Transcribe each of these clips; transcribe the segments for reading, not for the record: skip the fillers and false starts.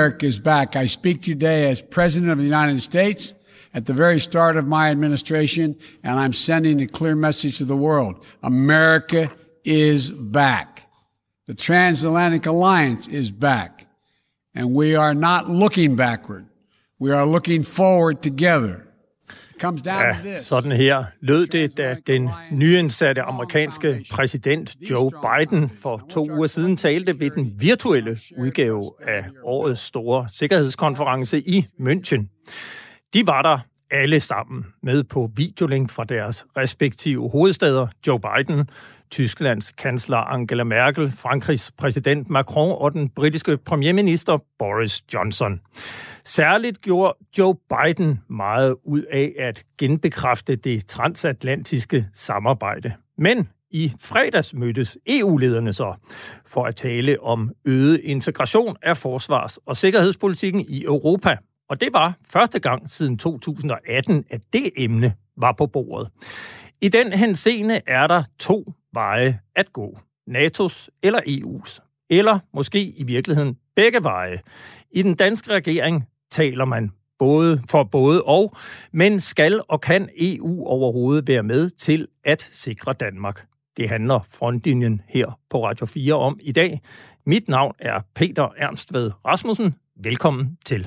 America is back. I speak to you today as President of the United States at the very start of my administration, and I'm sending a clear message to the world. America is back. The transatlantic alliance is back, and we are not looking backward. We are looking forward together. Ja, sådan her lød det, da den nyindsatte amerikanske præsident Joe Biden for 2 uger siden talte ved den virtuelle udgave af årets store sikkerhedskonference i München. De var der alle sammen med på videolink fra deres respektive hovedstæder. Joe Biden, Tysklands kansler Angela Merkel, Frankrigs præsident Macron og den britiske premierminister Boris Johnson. Særligt gjorde Joe Biden meget ud af at genbekræfte det transatlantiske samarbejde. Men i fredags mødtes EU-lederne så for at tale om øget integration af forsvars- og sikkerhedspolitikken i Europa. Og det var første gang siden 2018, at det emne var på bordet. I den henseende er der 2 veje at gå. NATO's eller EU's. Eller måske i virkeligheden begge veje. I den danske regering taler man både og, men skal og kan EU overhovedet være med til at sikre Danmark? Det handler Frontlinjen her på Radio 4 om i dag. Mit navn er Peter Ernstved Rasmussen. Velkommen til.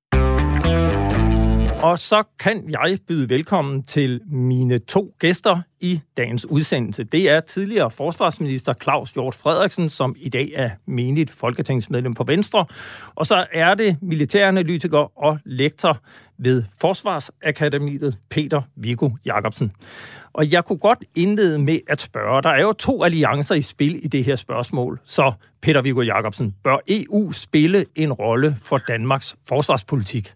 Og så kan jeg byde velkommen til mine 2 gæster i dagens udsendelse. Det er tidligere forsvarsminister Claus Hjort Frederiksen, som i dag er menigt folketingsmedlem på Venstre. Og så er det militæranalytiker og lektor ved Forsvarsakademiet Peter Viggo Jacobsen. Og jeg kunne godt indlede med at spørge, der er jo 2 alliancer i spil i det her spørgsmål. Så Peter Viggo Jacobsen, bør EU spille en rolle for Danmarks forsvarspolitik?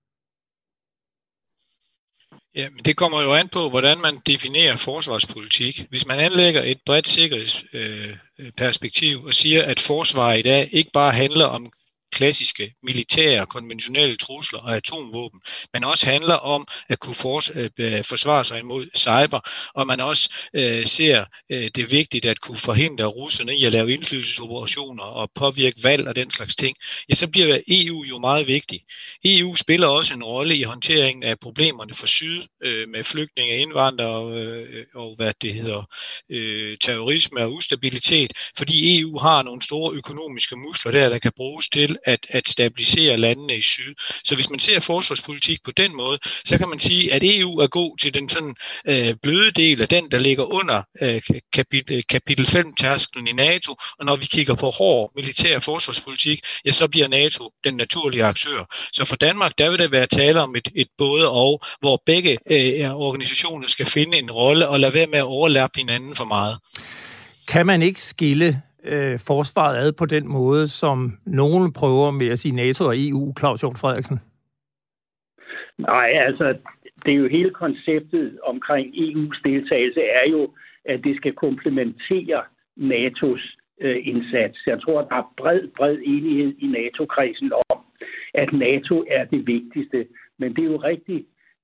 Ja, men det kommer jo an på, hvordan man definerer forsvarspolitik. Hvis man anlægger et bredt sikkerhedsperspektiv og siger, at forsvar i dag ikke bare handler om klassiske militære, konventionelle trusler og atomvåben, men også handler om at kunne forsvare sig imod cyber, og man også ser det vigtigt at kunne forhindre russerne i at lave indflydelsesoperationer og påvirke valg og den slags ting, ja, så bliver EU jo meget vigtig. EU spiller også en rolle i håndteringen af problemerne for syd med flygtninge, indvandrere og hvad det hedder, terrorisme og ustabilitet, fordi EU har nogle store økonomiske muskler der kan bruges til at stabilisere landene i syd. Så hvis man ser forsvarspolitik på den måde, så kan man sige, at EU er god til den sådan bløde del af den, der ligger under kapitel 5-tærsklen i NATO, og når vi kigger på hård militær forsvarspolitik, ja, så bliver NATO den naturlige aktør. Så for Danmark, der vil der være tale om et både og, hvor begge organisationer skal finde en rolle og lade være med at overlappe hinanden for meget. Kan man ikke skille forsvaret ad på den måde, som nogen prøver med at sige NATO og EU, Claus Hjort Frederiksen? Nej, altså, det er jo hele konceptet omkring EU's deltagelse er jo, at det skal komplementere NATO's indsats. Jeg tror, der er bred enighed i NATO-kredsen om, at NATO er det vigtigste. Men det er jo rigtigt,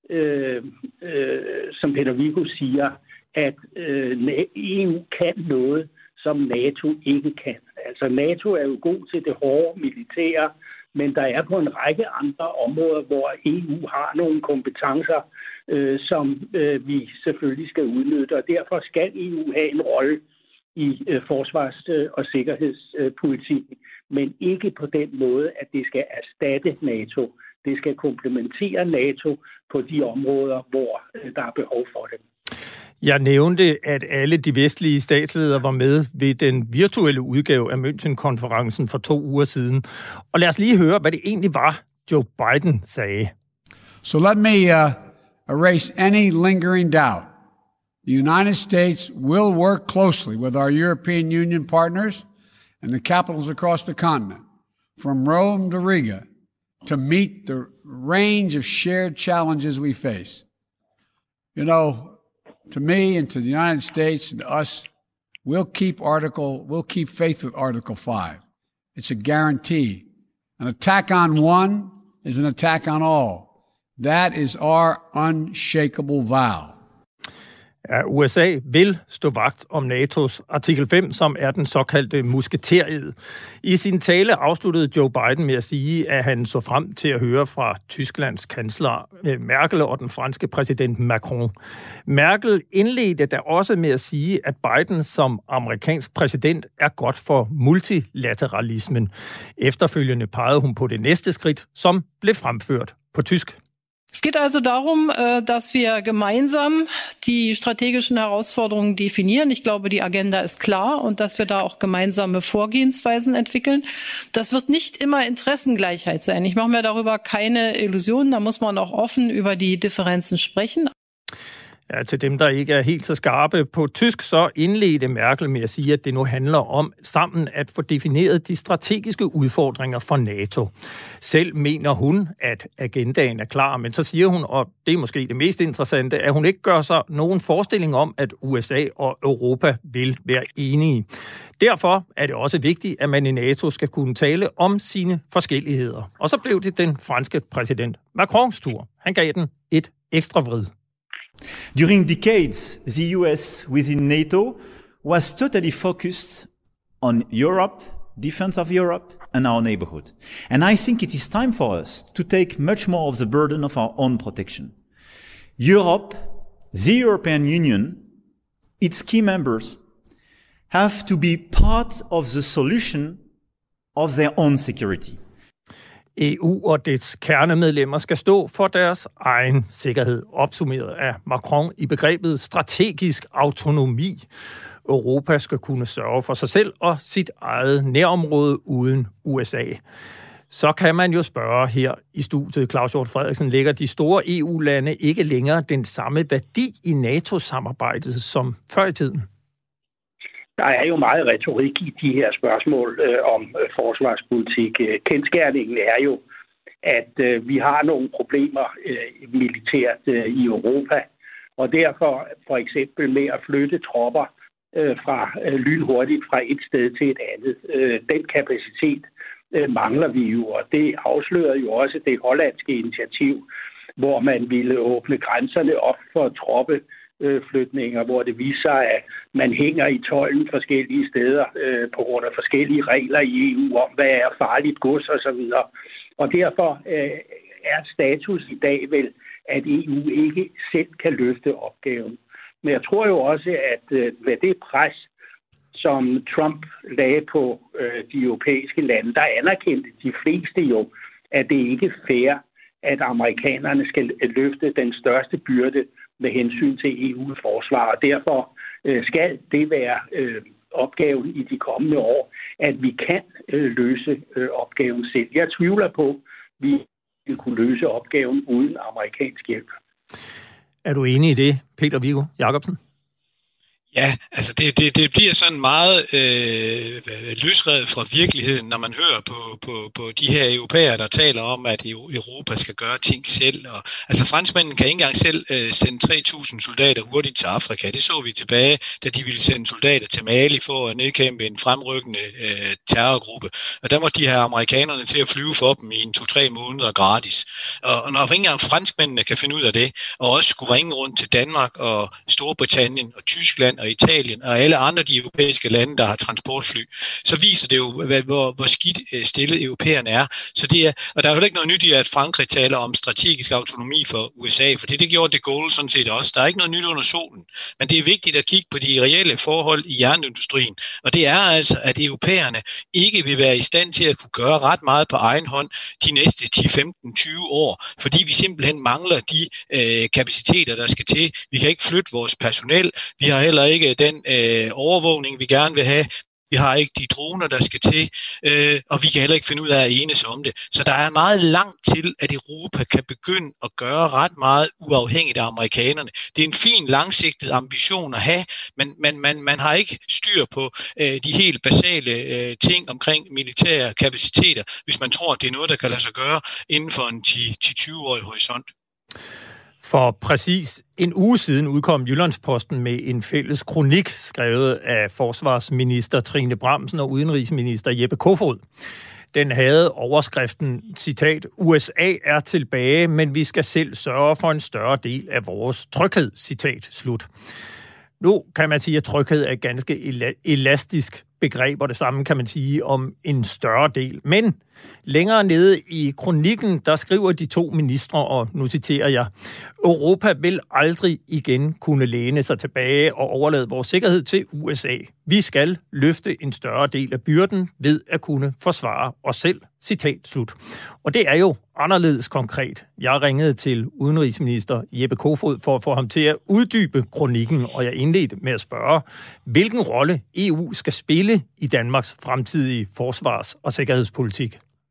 som Peter Viggo siger, at EU kan noget, som NATO ikke kan. Altså NATO er jo god til det hårde militære, men der er på en række andre områder, hvor EU har nogle kompetencer, som vi selvfølgelig skal udnytte, og derfor skal EU have en rolle i forsvars- og sikkerhedspolitik, men ikke på den måde, at det skal erstatte NATO. Det skal komplementere NATO på de områder, hvor der er behov for det. Jeg nævnte, at alle de vestlige statsledere var med ved den virtuelle udgave af München-konferencen for 2 uger siden. Og lad os lige høre, hvad det egentlig var, Joe Biden sagde. So let me erase any lingering doubt. The United States will work closely with our European Union partners and the capitals across the continent, from Rome to Riga, to meet the range of shared challenges we face. You know, to me and to the United States and to us, we'll keep faith with Article 5. It's a guarantee. An attack on one is an attack on all. That is our unshakable vow. Ja, USA vil stå vagt om NATO's artikel 5, som er den såkaldte musketered. I sin tale afsluttede Joe Biden med at sige, at han så frem til at høre fra Tysklands kansler Merkel og den franske præsident Macron. Merkel indledte da også med at sige, at Biden som amerikansk præsident er godt for multilateralismen. Efterfølgende pegede hun på det næste skridt, som blev fremført på tysk. Es geht also darum, dass wir gemeinsam die strategischen Herausforderungen definieren. Ich glaube, die Agenda ist klar und dass wir da auch gemeinsame Vorgehensweisen entwickeln. Das wird nicht immer Interessengleichheit sein. Ich mache mir darüber keine Illusionen. Da muss man auch offen über die Differenzen sprechen. Ja, til dem, der ikke er helt så skarpe på tysk, så indledte Merkel med at sige, at det nu handler om sammen at få defineret de strategiske udfordringer for NATO. Selv mener hun, at agendaen er klar, men så siger hun, og det er måske det mest interessante, at hun ikke gør sig nogen forestilling om, at USA og Europa vil være enige. Derfor er det også vigtigt, at man i NATO skal kunne tale om sine forskelligheder. Og så blev det den franske præsident Macrons tur. Han gav den et ekstra vrid. During decades, the US within NATO was totally focused on Europe, defense of Europe, and our neighborhood. And I think it is time for us to take much more of the burden of our own protection. Europe, the European Union, its key members, have to be part of the solution of their own security. EU og dets kernemedlemmer skal stå for deres egen sikkerhed, opsummeret af Macron i begrebet strategisk autonomi. Europa skal kunne sørge for sig selv og sit eget nærområde uden USA. Så kan man jo spørge her i studiet, Claus Hjort Frederiksen, lægger de store EU-lande ikke længere den samme værdi i NATO-samarbejdet som før i tiden? Der er jo meget retorik i de her spørgsmål om forsvarspolitik. Kendsgerningen er jo, at vi har nogle problemer militært i Europa, og derfor for eksempel med at flytte tropper lynhurtigt fra et sted til et andet. Den kapacitet mangler vi jo, og det afslører jo også det hollandske initiativ, hvor man ville åbne grænserne op for troppeflytninger, hvor det viser sig, at man hænger i tolden forskellige steder på grund af forskellige regler i EU om, hvad er farligt gods osv. Og derfor er status i dag vel, at EU ikke selv kan løfte opgaven. Men jeg tror jo også, at med det pres, som Trump lagde på de europæiske lande, der anerkendte de fleste jo, at det ikke er fair, at amerikanerne skal løfte den største byrde med hensyn til EU's forsvar. Og derfor skal det være opgaven i de kommende år, at vi kan løse opgaven selv. Jeg tvivler på, at vi vil kunne løse opgaven uden amerikansk hjælp. Er du enig i det, Peter Viggo Jacobsen? Ja, altså det bliver sådan meget løsredet fra virkeligheden, når man hører på de her europæere, der taler om, at Europa skal gøre ting selv. Og, altså franskmændene kan ikke engang selv sende 3.000 soldater hurtigt til Afrika. Det så vi tilbage, da de ville sende soldater til Mali for at nedkæmpe en fremrykkende terrorgruppe. Og der måtte de have amerikanerne til at flyve for dem i 2-3 måneder gratis. Og når ikke engang franskmændene kan finde ud af det, og også skulle ringe rundt til Danmark og Storbritannien og Tyskland og Italien og alle andre de europæiske lande, der har transportfly, så viser det jo, hvor skidt stillet europæerne er. Så det er, og der er jo ikke noget nyt i, at Frankrig taler om strategisk autonomi for USA, for det gjorde de Gaulle sådan set også. Der er ikke noget nyt under solen. Men det er vigtigt at kigge på de reelle forhold i jernindustrien. Og det er altså, at europæerne ikke vil være i stand til at kunne gøre ret meget på egen hånd de næste 10, 15, 20 år, fordi vi simpelthen mangler de kapaciteter, der skal til. Vi kan ikke flytte vores personel. Vi har heller ikke den overvågning, vi gerne vil have. Vi har ikke de droner, der skal til, og vi kan heller ikke finde ud af at enes om det. Så der er meget langt til, at Europa kan begynde at gøre ret meget uafhængigt af amerikanerne. Det er en fin, langsigtet ambition at have, men man har ikke styr på de helt basale ting omkring militære kapaciteter, hvis man tror, at det er noget, der kan lade sig gøre inden for en 10-20-årig horisont. For præcis en uge siden udkom Jyllandsposten med en fælles kronik, skrevet af forsvarsminister Trine Bramsen og udenrigsminister Jeppe Kofod. Den havde overskriften, citat, USA er tilbage, men vi skal selv sørge for en større del af vores tryghed, citat, slut. Nu kan man sige, at tryghed er et ganske elastisk begreb, og det samme kan man sige om en større del. Men længere nede i kronikken, der skriver de to ministre, og nu citerer jeg, Europa vil aldrig igen kunne læne sig tilbage og overlade vores sikkerhed til USA. Vi skal løfte en større del af byrden ved at kunne forsvare os selv. Citat slut. Og det er jo anderledes konkret. Jeg ringede til udenrigsminister Jeppe Kofod for at få ham til at uddybe kronikken, og jeg indledte med at spørge, hvilken rolle EU skal spille i Danmarks fremtidige forsvars- og sikkerhedspolitik.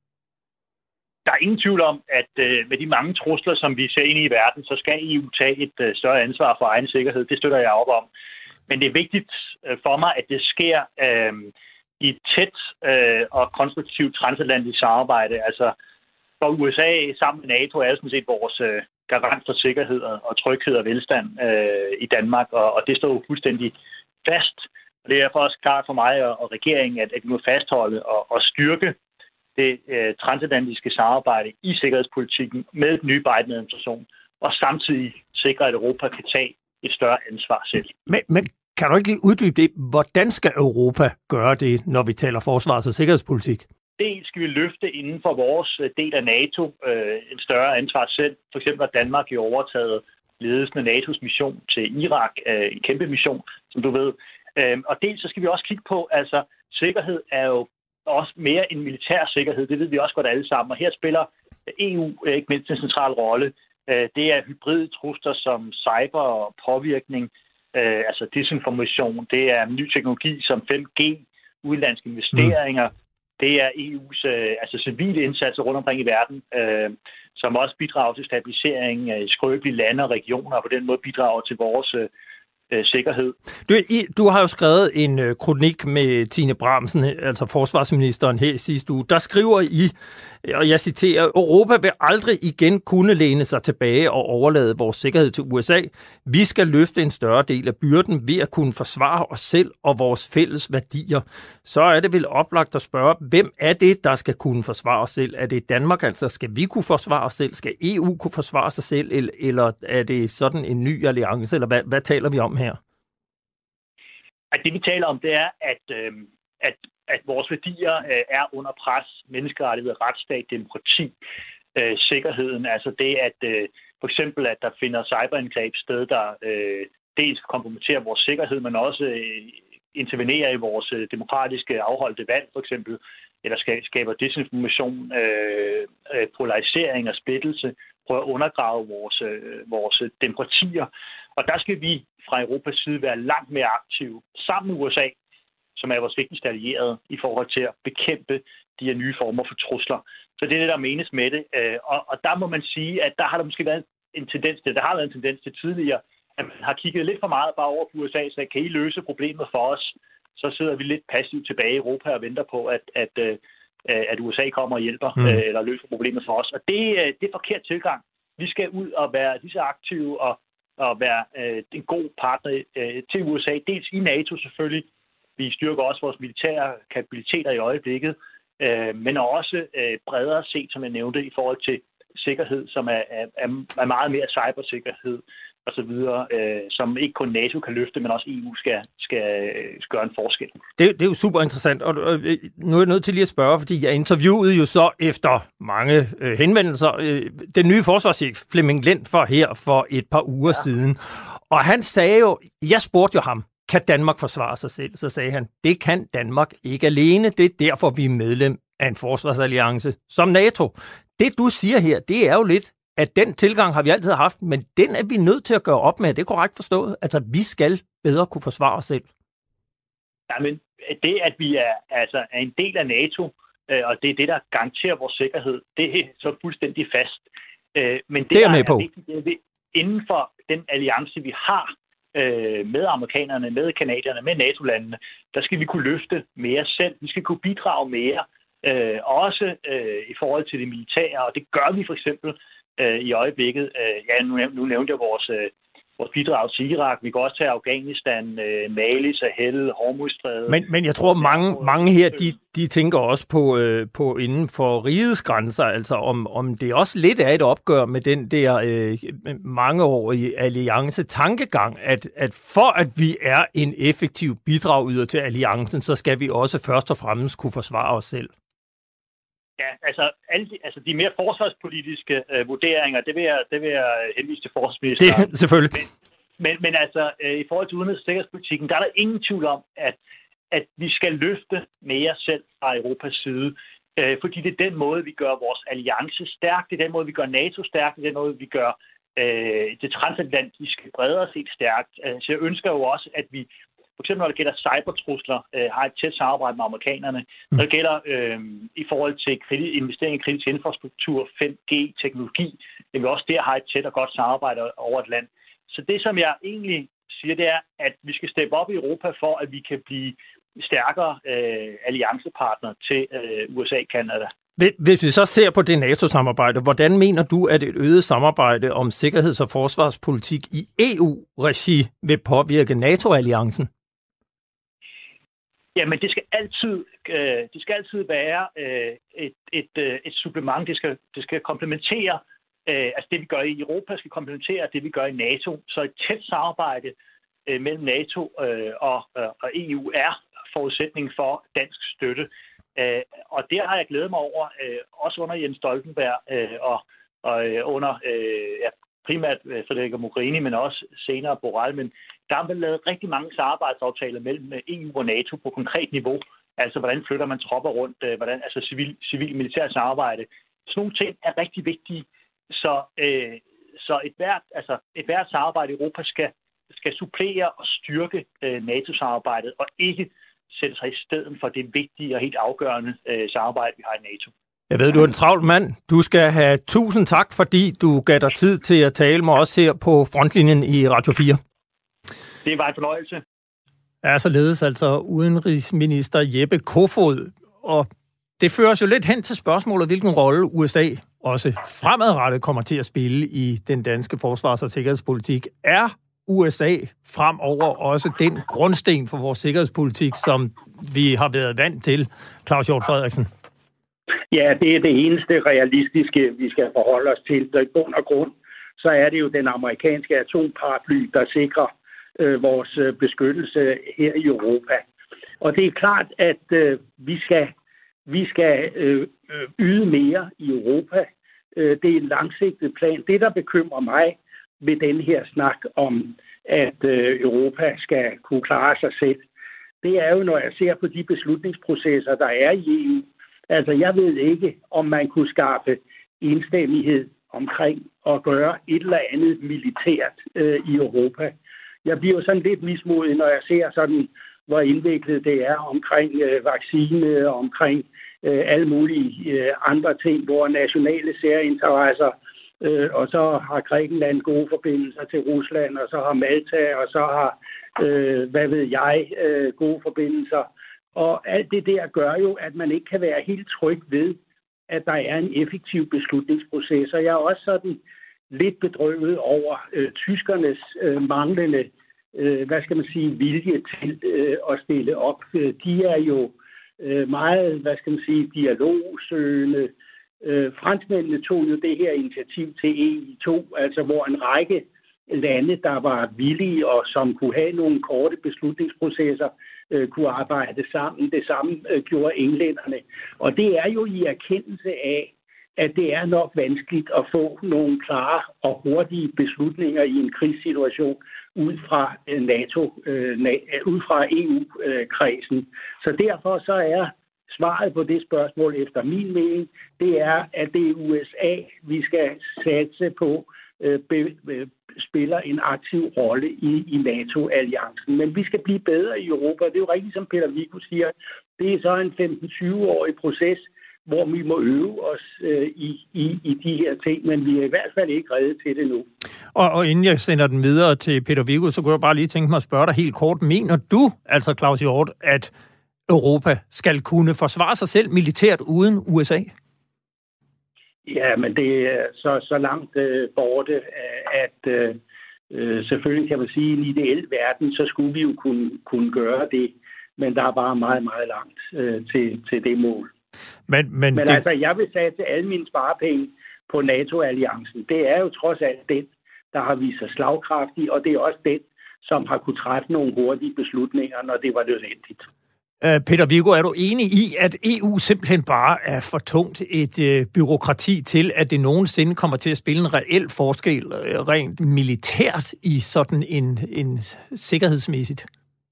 Der er ingen tvivl om, at med de mange trusler, som vi ser ind i verden, så skal EU tage et større ansvar for egen sikkerhed. Det støtter jeg op om. Men det er vigtigt for mig, at det sker i et tæt og konstruktivt transatlantisk samarbejde. Altså for USA sammen med NATO er jo sådan set vores garant for sikkerhed og tryghed og velstand i Danmark, og det står jo fuldstændig fast. Og det er derfor også klart for mig og regeringen, at vi må fastholde og styrke det transatlantiske samarbejde i sikkerhedspolitikken med den nye Biden-administration, og samtidig sikre, at Europa kan tage et større ansvar selv. Men kan du ikke lige uddybe det? Hvordan skal Europa gøre det, når vi taler forsvars- og sikkerhedspolitik? Dels skal vi løfte inden for vores del af NATO en større ansvar selv. For eksempel har Danmark jo overtaget ledelsen af NATO's mission til Irak, en kæmpe mission, som du ved. Og dels så skal vi også kigge på, altså sikkerhed er jo også mere en militær sikkerhed. Det ved vi også godt alle sammen. Og her spiller EU ikke mindst en central rolle. Det er hybride trusler som cyber og påvirkning, altså disinformation. Det er ny teknologi som 5G, udenlandske investeringer. Det er EU's civile indsatser rundt omkring i verden, som også bidrager til stabilisering af skrøbelige lande og regioner, og på den måde bidrager til vores sikkerhed. Du har jo skrevet en kronik med Tine Bramsen, altså forsvarsministeren her sidste uge. Der skriver I, og jeg citerer, Europa vil aldrig igen kunne læne sig tilbage og overlade vores sikkerhed til USA. Vi skal løfte en større del af byrden ved at kunne forsvare os selv og vores fælles værdier. Så er det vel oplagt at spørge, hvem er det, der skal kunne forsvare os selv? Er det Danmark, altså skal vi kunne forsvare os selv? Skal EU kunne forsvare sig selv? Eller er det sådan en ny alliance? Eller hvad taler vi om her? Det vi taler om, det er, at vores værdier er under pres. Menneskerettighed, retsstat, demokrati, sikkerheden. Altså det, at for eksempel, at der finder cyberangreb sted, der dels kompromitterer vores sikkerhed, men også intervenerer i vores demokratiske afholdte valg, for eksempel, eller skaber desinformation, polarisering og splittelse, prøver at undergrave vores demokratier. Og der skal vi fra Europas side være langt mere aktive sammen med USA, som er vores vigtigste allierede i forhold til at bekæmpe de her nye former for trusler. Så det er det, der menes med det. Og der må man sige, at der har der måske været en tendens til, tidligere, at man har kigget lidt for meget bare over på USA, så kan I løse problemet for os? Så sidder vi lidt passivt tilbage i Europa og venter på, at USA kommer og hjælper eller løser problemet for os. Og det er forkert tilgang. Vi skal ud og være lige så aktive og være en god partner til USA. Dels i NATO selvfølgelig. Vi styrker også vores militære kapabiliteter i øjeblikket, men også bredere set, som jeg nævnte, i forhold til sikkerhed, som er meget mere cybersikkerhed og så videre, som ikke kun NATO kan løfte, men også EU skal gøre en forskel. Det er jo super interessant, og nu er jeg nødt til lige at spørge, fordi jeg interviewede jo så efter mange henvendelser den nye forsvarschef, Flemming Lentfer, her for et par uger siden, og han sagde jo, jeg spurgte jo ham, kan Danmark forsvare sig selv? Så sagde han, det kan Danmark ikke alene, det er derfor, vi er medlem af en forsvarsalliance som NATO. Det du siger her, det er jo lidt, at den tilgang har vi altid haft, men den er vi nødt til at gøre op med. Det er korrekt forstået. Altså, vi skal bedre kunne forsvare os selv. Jamen, det, at vi er en del af NATO, og det er det, der garanterer vores sikkerhed, det er så fuldstændig fast. Men det er med på. Vigtigt, inden for den alliance, vi har med amerikanerne, med kanadierne, med NATO-landene, der skal vi kunne løfte mere selv. Vi skal kunne bidrage mere, også i forhold til det militære, og det gør vi for eksempel i øjeblikket. Nu nævnte jeg vores vores bidrag til Irak. Vi kan også tage Afghanistan, Mali, Sahel, Hormuzstrædet. Men jeg tror, mange her, de tænker også på inden for rigets grænser, altså om det også lidt er et opgør med den der mangeårige alliance-tankegang, at for at vi er en effektiv bidragyder til alliancen, så skal vi også først og fremmest kunne forsvare os selv. Ja, altså de mere forsvarspolitiske vurderinger, det vil jeg henvise til forsvarsministeren. Det selvfølgelig. Men altså, i forhold til udenrigs- og sikkerhedspolitikken, der er der ingen tvivl om, at vi skal løfte mere selv fra Europas side. Fordi det er den måde, vi gør vores alliance stærk, det er den måde, vi gør NATO stærk, det er den måde, vi gør det transatlantiske bredere set stærkt. Så jeg ønsker jo også, at vi for eksempel når det gælder cybertrusler, har et tæt samarbejde med amerikanerne. Når det gælder i forhold til investering i kritisk infrastruktur, 5G-teknologi, det vil også der have et tæt og godt samarbejde over et land. Så det, som jeg egentlig siger, det er, at vi skal steppe op i Europa for, at vi kan blive stærkere alliancepartner til USA og Canada. Hvis vi så ser på det NATO-samarbejde, hvordan mener du, at et øget samarbejde om sikkerheds- og forsvarspolitik i EU-regi vil påvirke NATO-alliancen? Jamen, det skal altid være et supplement. Det skal komplementere, altså det vi gør i Europa skal komplementere det vi gør i NATO. Så et tæt samarbejde mellem NATO og EU er forudsætning for dansk støtte. Og der har jeg glædet mig over, også under Jens Stoltenberg og under primært Federica Mogherini, men også senere Borrell. Men der er lavet rigtig mange samarbejdsaftaler mellem EU og NATO på konkret niveau. Altså, hvordan flytter man tropper rundt, altså civil-militær samarbejde. Sådan nogle ting er rigtig vigtige. Så et hvert samarbejde i Europa skal supplere og styrke NATO-samarbejdet, og ikke sætte sig i stedet for det vigtige og helt afgørende samarbejde, vi har i NATO. Jeg ved, du er en travl mand. Du skal have 1000 tak, fordi du gav dig tid til at tale med os her på frontlinjen i Radio 4. Det var en fornøjelse. Er således altså udenrigsminister Jeppe Kofod. Og det fører os jo lidt hen til spørgsmålet, hvilken rolle USA også fremadrettet kommer til at spille i den danske forsvars- og sikkerhedspolitik. Er USA fremover også den grundsten for vores sikkerhedspolitik, som vi har været vant til, Claus Hjort Frederiksen? Ja, det er det eneste realistiske, vi skal forholde os til. Så i bund og grund, så er det jo den amerikanske atomparaply, der sikrer vores beskyttelse her i Europa. Og det er klart, at vi skal yde mere i Europa. Det er en langsigtet plan. Det, der bekymrer mig ved den her snak om, at Europa skal kunne klare sig selv, det er jo, når jeg ser på de beslutningsprocesser, der er i EU. Altså, jeg ved ikke, om man kunne skaffe enstemmighed omkring at gøre et eller andet militært i Europa. Jeg bliver jo sådan lidt mismodig, når jeg ser sådan, hvor indviklet det er omkring vaccine og omkring alle mulige andre ting, hvor nationale særinteresser, og så har Grækenland gode forbindelser til Rusland, og så har Malta, og så har, gode forbindelser. Og alt det der gør jo, at man ikke kan være helt tryg ved, at der er en effektiv beslutningsproces. Og jeg er også sådan lidt bedrøvet over tyskernes manglende, vilje til at stille op. De er jo meget, dialogsøgende. Franskmændene tog jo det her initiativ til EI2, altså hvor en række lande, der var villige og som kunne have nogle korte beslutningsprocesser, kunne arbejde sammen. Det samme gjorde englænderne. Og det er jo i erkendelse af, at det er nok vanskeligt at få nogle klare og hurtige beslutninger i en krigssituation ud fra ud fra EU-kredsen. Så derfor så er svaret på det spørgsmål efter min mening, det er, at det er USA, vi skal satse på, spiller en aktiv rolle i NATO-alliancen. Men vi skal blive bedre i Europa. Det er jo rigtigt, som Peter Viggo siger. Det er så en 15-20-årig proces, hvor vi må øve os i de her ting, men vi er i hvert fald ikke rede til det nu. Og inden jeg sender den videre til Peter Viggo, så kunne jeg bare lige tænke mig at spørge dig helt kort. Mener du, altså Claus Hjort, at Europa skal kunne forsvare sig selv militært uden USA? Ja, men det er så langt borte, at Selvfølgelig kan man sige, at i en ideel verden, så skulle vi jo kunne gøre det, men der er bare meget, meget langt til det mål. Men det... altså, jeg vil satse alle mine sparepenge på NATO-alliancen. Det er jo trods alt den, der har vist sig slagkraftig, og det er også den, som har kunne træffe nogle hurtige beslutninger, når det var nødvendigt. Peter Viggo, er du enig i, at EU simpelthen bare er for tungt et byråkrati til, at det nogensinde kommer til at spille en reel forskel rent militært i sådan en sikkerhedsmæssigt?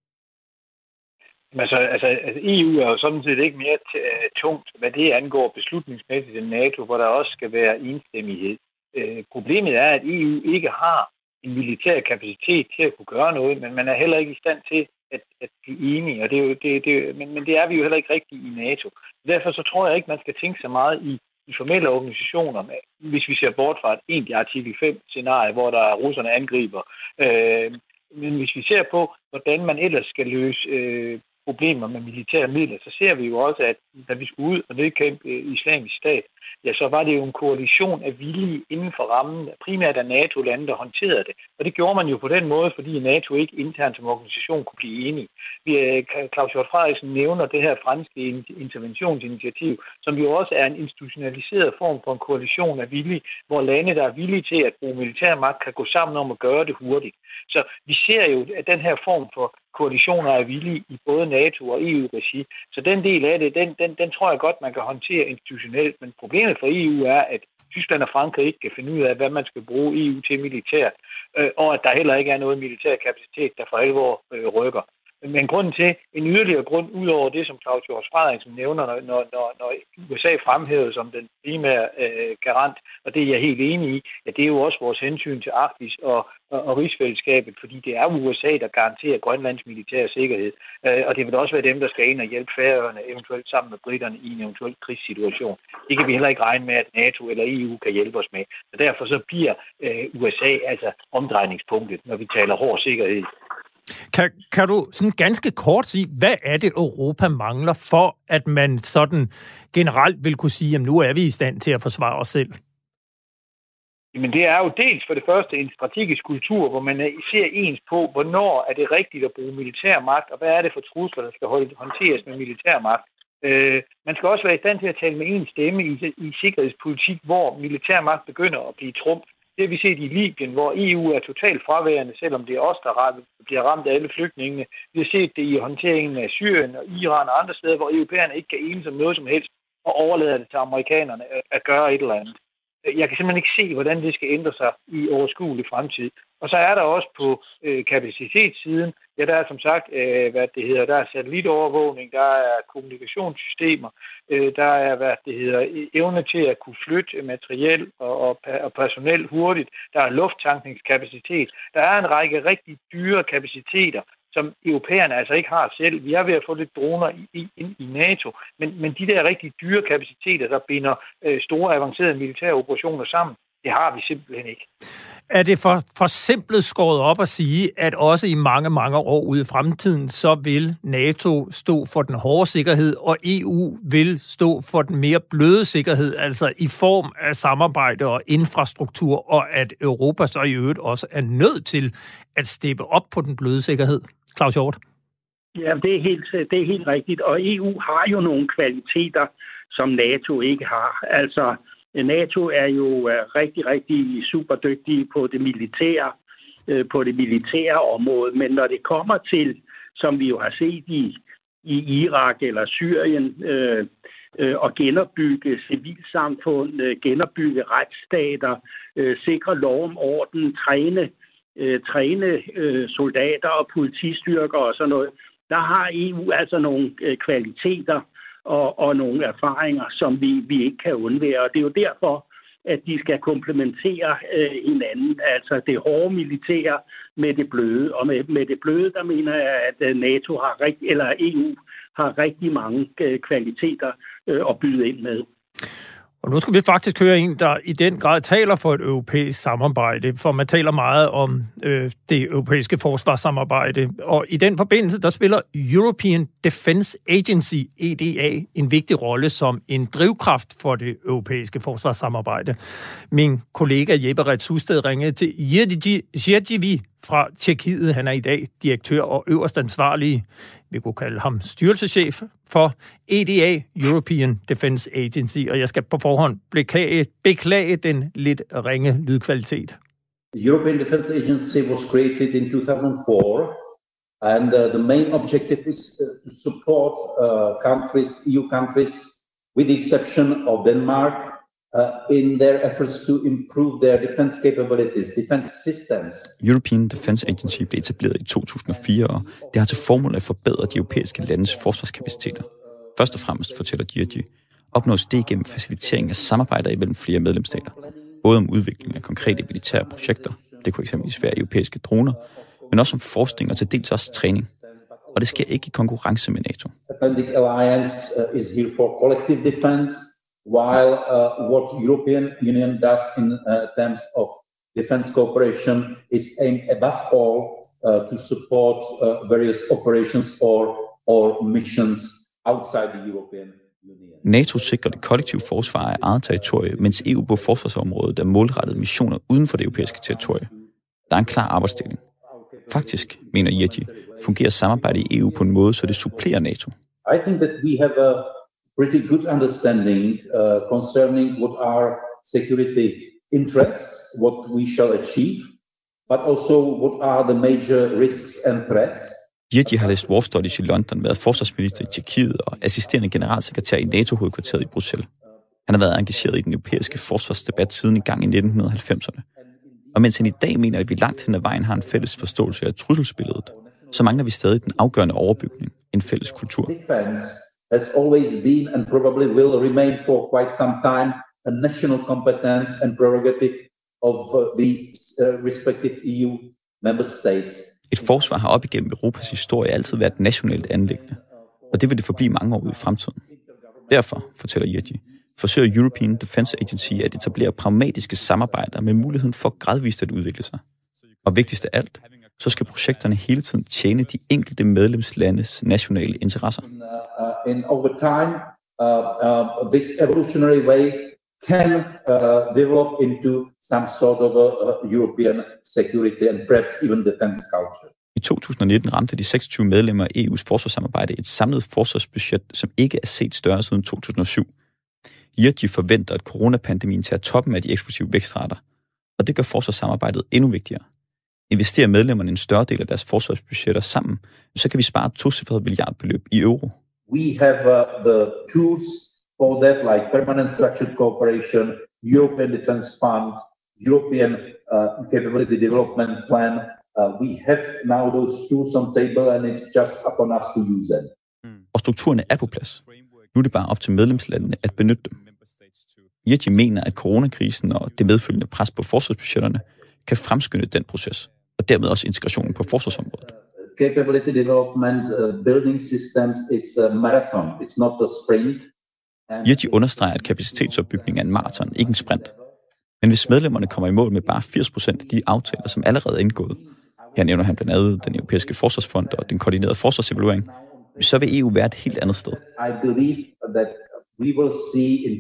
Altså, EU er jo sådan set ikke mere tungt, hvad det angår beslutningsmæssigt end NATO, hvor der også skal være enstemmighed. Problemet er, at EU ikke har en militær kapacitet til at kunne gøre noget, men man er heller ikke i stand til at blive enige, og men det er vi jo heller ikke rigtigt i NATO. Derfor så tror jeg ikke, man skal tænke så meget i formelle organisationer, hvis vi ser bort fra et egentlig artikel 5-scenarie, hvor der russerne angriber. Men hvis vi ser på, hvordan man ellers skal løse problemer med militære midler, så ser vi jo også, at da vi skulle ud og nedkæmpe Islamisk Stat, ja, så var det jo en koalition af villige inden for rammen, primært af NATO-lande, der håndterede det. Og det gjorde man jo på den måde, fordi NATO ikke internt som organisation kunne blive enige. Claus Hjort Frederiksen nævner det her franske interventionsinitiativ, som jo også er en institutionaliseret form for en koalition af villige, hvor lande, der er villige til at bruge militærmagt, kan gå sammen om at gøre det hurtigt. Så vi ser jo, at den her form for koalitioner er villige i både NATO og EU-regi. Så den del af det, den tror jeg godt, man kan håndtere institutionelt. Men problemet for EU er, at Tyskland og Frankrig ikke kan finde ud af, hvad man skal bruge EU til militært, og at der heller ikke er noget militær kapacitet, der for alvor rykker. Men grunden til, en yderligere grund, ud over det, som Claus Hjort Frederiksen nævner, når USA fremhævet som den primære garant, og det er jeg helt enig i, at det er jo også vores hensyn til Arktis og rigsfællesskabet, fordi det er USA, der garanterer Grønlands militære sikkerhed. Og det vil også være dem, der skal ind og hjælpe Færøerne, eventuelt sammen med briterne i en eventuel krigssituation. Det kan vi heller ikke regne med, at NATO eller EU kan hjælpe os med. Så derfor så bliver USA altså omdrejningspunktet, når vi taler hård sikkerhed. Kan du sådan ganske kort sige, hvad er det, Europa mangler for, at man sådan generelt vil kunne sige, at nu er vi i stand til at forsvare os selv? Men det er jo dels for det første en strategisk kultur, hvor man ser ens på, hvornår er det rigtigt at bruge militærmagt, og hvad er det for trusler, der skal håndteres med militærmagt. Man skal også være i stand til at tale med en stemme i sikkerhedspolitik, hvor militærmagt begynder at blive trumf. Det har vi set i Libyen, hvor EU er totalt fraværende, selvom det er os, der bliver ramt af alle flygtningene. Vi har set det i håndteringen af Syrien og Iran og andre steder, hvor europæerne ikke kan enes om noget som helst og overlader det til amerikanerne at gøre et eller andet. Jeg kan simpelthen ikke se, hvordan det skal ændre sig i overskuelig fremtid. Og så er der også på kapacitetssiden, ja, der er som sagt, der er satellitovervågning, der er kommunikationssystemer, der er, evne til at kunne flytte materiel og personel hurtigt, der er lufttankningskapacitet. Der er en række rigtig dyre kapaciteter, som europæerne altså ikke har selv. Vi er ved at få lidt droner i NATO, men de der rigtig dyre kapaciteter, der binder store avancerede militære operationer sammen, det har vi simpelthen ikke. Er det for simpelt skåret op at sige, at også i mange, mange år ude i fremtiden, så vil NATO stå for den hårde sikkerhed, og EU vil stå for den mere bløde sikkerhed, altså i form af samarbejde og infrastruktur, og at Europa så i øvrigt også er nødt til at steppe op på den bløde sikkerhed? Claus Hjort? Ja, det er helt rigtigt, og EU har jo nogle kvaliteter, som NATO ikke har. Altså, NATO er jo rigtig, rigtig super dygtige på det militære område, men når det kommer til, som vi jo har set i Irak eller Syrien, at genopbygge civilsamfund, genopbygge retsstater, sikre lov om orden, træne soldater og politistyrker og sådan noget, der har EU altså nogle kvaliteter og nogle erfaringer, som vi ikke kan undvære. Og det er jo derfor, at de skal komplementere hinanden, altså det hårde militære med det bløde. Og med det bløde, der mener jeg, at EU har rigtig mange kvaliteter at byde ind med. Og nu skal vi faktisk høre en, der i den grad taler for et europæisk samarbejde, for man taler meget om det europæiske forsvarssamarbejde. Og i den forbindelse, der spiller European Defence Agency, EDA, en vigtig rolle som en drivkraft for det europæiske forsvarssamarbejde. Min kollega Jeppe Retz Husted ringede til Jiří Žergivi fra Tjekkiet. Han er i dag direktør og øverst ansvarlig, vi kunne kalde ham styrelseschef for EDA, European Defence Agency, og jeg skal på forhånd beklage den lidt ringe lydkvalitet. The European Defence Agency was created in 2004, and the main objective is to support EU countries, with the exception of Denmark, in their efforts to improve their defense capabilities, defense systems. European Defence Agency blev etableret i 2004, og det har til formål at forbedre de europæiske landes forsvarskapaciteter. Først og fremmest, fortæller Jiří, opnås det gennem facilitering af samarbejder imellem flere medlemsstater, både om udvikling af konkrete militære projekter, det kunne eksempelvis være europæiske droner, men også om forskning og til dels også træning. Og det sker ikke i konkurrence med NATO. Atlantic Alliance is here for collective defense, while what European Union does in terms of defense cooperation is aimed above all to support various operations or missions outside the European Union. NATO sikrer det kollektive forsvar af eget territorie, mens EU på forsvarsområdet er målrettet missioner uden for det europæiske territorie. Der er en klar arbejdsdeling. Faktisk, mener Jiří, fungerer samarbejdet i EU på en måde, så det supplerer NATO. I think that we have a pretty good understanding concerning what are security interests, what we shall achieve, but also what are the major risks and threats. Jiří har læst War Studies i London, været forsvarsminister i Tjekkiet og assisterende generalsekretær i NATO-hovedkvarteret i Bruxelles. Han har været engageret i den europæiske forsvarsdebat siden i gang i 1990'erne. Og mens han i dag mener, at vi langt hen ad vejen har en fælles forståelse af trusselsbilledet, så mangler vi stadig den afgørende overbygning, en fælles kultur. Has always been and probably will remain for quite some time a national competence and prerogative of the respective EU member states. Et forsvar har op igennem Europas historie altid været et nationalt anliggende, og det vil det forblive mange år ud i fremtiden. Derfor, fortæller Jiří, forsøger European Defence Agency at etablere pragmatiske samarbejder med muligheden for gradvist at udvikle sig. Og vigtigst af alt, så skal projekterne hele tiden tjene de enkelte medlemslandes nationale interesser. In over time, this evolutionary way can develop into some sort of a European security and perhaps even defense culture. I 2019 ramte de 26 medlemmer af EU's forsvarssamarbejde et samlet forsvarsbudget, som ikke er set større siden 2007. Jiří forventer, at coronapandemien tager toppen af de eksplosive vækstrater, og det gør forsvarssamarbejdet endnu vigtigere. Investerer medlemmerne en større del af deres forsvarsbudgetter sammen, så kan vi spare et tocifret milliardbeløb i euro. We have the tools for that, like permanent structured cooperation, European Defence Fund, European Capability Development Plan. We have now those tools on table, and it's just upon us to use them. Og strukturerne er på plads. Nu er det bare op til medlemslandene at benytte dem. Jiří mener, at coronakrisen og det medfølgende pres på forsvarsbudgetterne kan fremskynde den proces, og dermed også integrationen på forsvarsområdet. Capability development, building systems, it's a marathon, it's not a sprint. Jiří understreger, at kapacitetsopbygning er en maraton, ikke en sprint. Men hvis medlemmerne kommer i mål med bare 80% af de aftaler, som allerede er indgået, her nævner han blandt andet den europæiske forsvarsfond og den koordinerede forsvarsevaluering, så vil EU være et helt andet sted. I believe that we will see in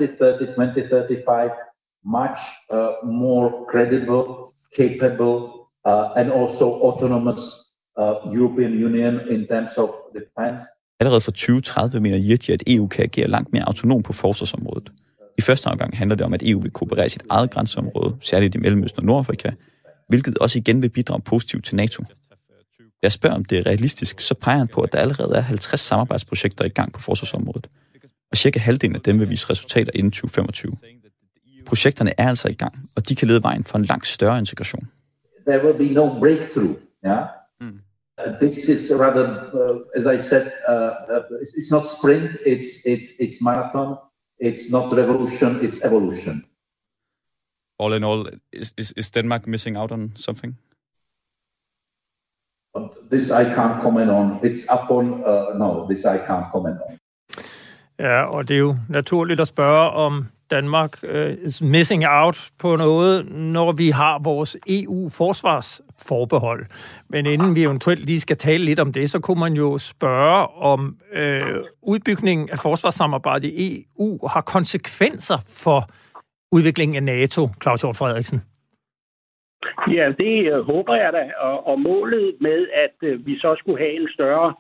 2030-2035 much more credible, capable, and also autonomous European Union in terms of defense. Allerede fra 2030 mener Jiří, at EU kan agere langt mere autonom på forsvarsområdet. I første omgang handler det om, at EU vil kooperere i sit eget grænseområde, særligt i Mellemøsten og Nordafrika, hvilket også igen vil bidrage positivt til NATO. Jeg spørger, om det er realistisk, så peger han på, at der allerede er 50 samarbejdsprojekter i gang på forsvarsområdet, og cirka halvdelen af dem vil vise resultater inden 2025. Projekterne er altså i gang, og de kan lede vejen for en langt større integration. There will be no breakthrough, yeah? This is rather, as I said, it's not sprint, it's marathon. It's not revolution, it's evolution. All in all, is Denmark missing out on something? This I can't comment on. It's upon, no, this I can't comment on. Ja, og det er jo naturligt at spørge, om Danmark is missing out på noget, når vi har vores EU-forsvarsforbehold. Men inden vi eventuelt lige skal tale lidt om det, så kunne man jo spørge om udbygningen af forsvarssamarbejdet i EU har konsekvenser for udviklingen af NATO, Claus Hjort Frederiksen. Ja, det håber jeg da. Og målet med, at vi så skulle have en større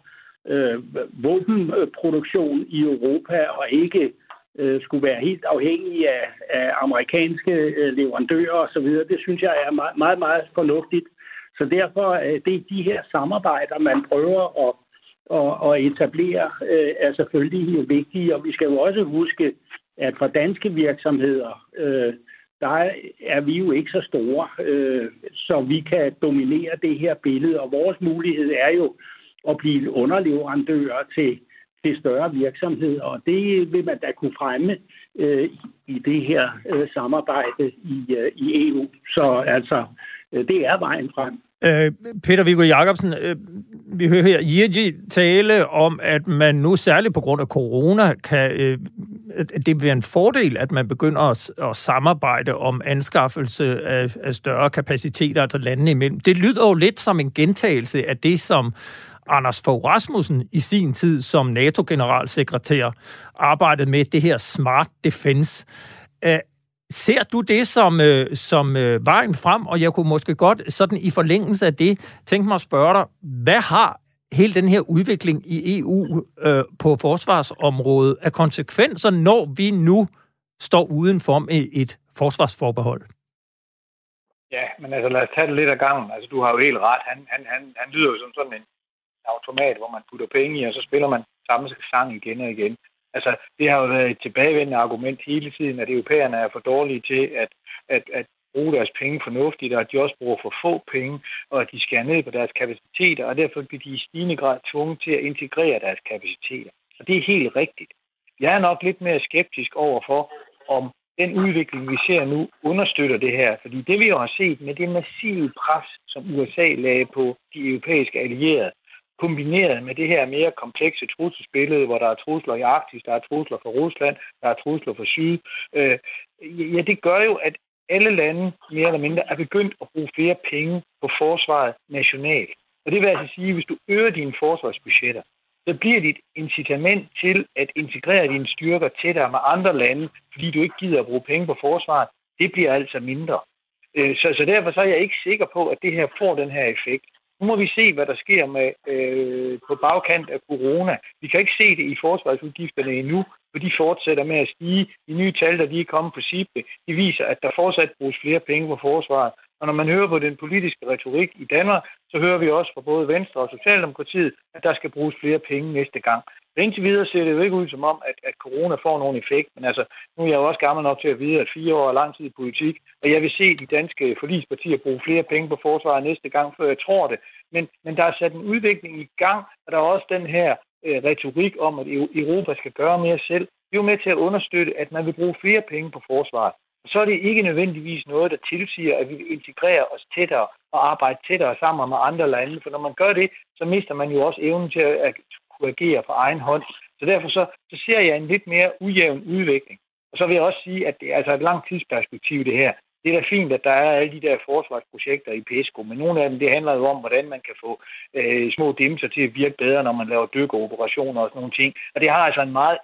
våbenproduktion i Europa og ikke skulle være helt afhængige af amerikanske leverandører osv., det synes jeg er meget, meget, meget fornuftigt. Så derfor det er de her samarbejder, man prøver at etablere, er selvfølgelig vigtige. Og vi skal jo også huske, at for danske virksomheder, der er vi jo ikke så store, så vi kan dominere det her billede. Og vores mulighed er jo at blive underleverandører til større virksomheder, og det vil man da kunne fremme i det her samarbejde i EU. Så altså, det er vejen frem. Peter Viggo Jacobsen, vi hører her Jirgi tale om, at man nu særligt på grund af corona kan det bliver en fordel, at man begynder at samarbejde om anskaffelse af større kapaciteter, altså landene imellem. Det lyder jo lidt som en gentagelse af det, som Anders Fogh Rasmussen i sin tid som NATO-generalsekretær arbejdede med, det her smart defense. Ser du det som vejen frem, og jeg kunne måske godt sådan i forlængelse af det tænke mig at spørge dig, hvad har hele den her udvikling i EU på forsvarsområdet af konsekvenser, når vi nu står udenfor med et forsvarsforbehold? Ja, men altså lad os tage det lidt af gangen. Altså du har jo helt ret. Han lyder jo som sådan en automat, hvor man putter penge i, og så spiller man samme sang igen og igen. Altså, det har jo været et tilbagevendende argument hele tiden, at europæerne er for dårlige til at bruge deres penge fornuftigt, og at de også bruger for få penge, og at de skærer ned på deres kapaciteter, og derfor bliver de i stigende grad tvunget til at integrere deres kapaciteter. Og det er helt rigtigt. Jeg er nok lidt mere skeptisk overfor, om den udvikling, vi ser nu, understøtter det her. Fordi det, vi jo har set med det massive pres, som USA lagde på de europæiske allierede, kombineret med det her mere komplekse trusselsbillede, hvor der er trusler i Arktis, der er trusler fra Rusland, der er trusler fra Syd. Det gør jo, at alle lande mere eller mindre er begyndt at bruge flere penge på forsvaret nationalt. Og det vil altså sige, at hvis du øger dine forsvarsbudgetter, så bliver dit incitament til at integrere dine styrker tættere med andre lande, fordi du ikke gider at bruge penge på forsvaret, det bliver altså mindre. Så derfor så er jeg ikke sikker på, at det her får den her effekt. Nu må vi se, hvad der sker med på bagkant af corona. Vi kan ikke se det i forsvarsudgifterne endnu, for de fortsætter med at stige. De nye tal, der de er kommet på SIPRI, de viser, at der fortsat bruges flere penge på forsvaret. Og når man hører på den politiske retorik i Danmark, så hører vi også fra både Venstre og Socialdemokratiet, at der skal bruges flere penge næste gang. Så indtil videre ser det jo ikke ud som om, at corona får nogen effekt. Men altså, nu er jeg jo også gammel nok til at vide, at 4 år er lang tid i politik, og jeg vil se de danske forligspartier bruge flere penge på forsvaret næste gang, før jeg tror det. Men der er sat en udvikling i gang, og der er også den her retorik om, at Europa skal gøre mere selv. Det er jo med til at understøtte, at man vil bruge flere penge på forsvaret. Så er det ikke nødvendigvis noget, der tilsiger, at vi vil integrere os tættere og arbejde tættere sammen med andre lande. For når man gør det, så mister man jo også evnen til at kunne agere på egen hånd. Så derfor så ser jeg en lidt mere ujævn udvikling. Og så vil jeg også sige, at det er altså et langt tidsperspektiv, det her. Det er da fint, at der er alle de der forsvarsprojekter i PESCO, men nogle af dem, det handler jo om, hvordan man kan få små dimser til at virke bedre, når man laver dykkeroperationer og sådan nogle ting. Og det har altså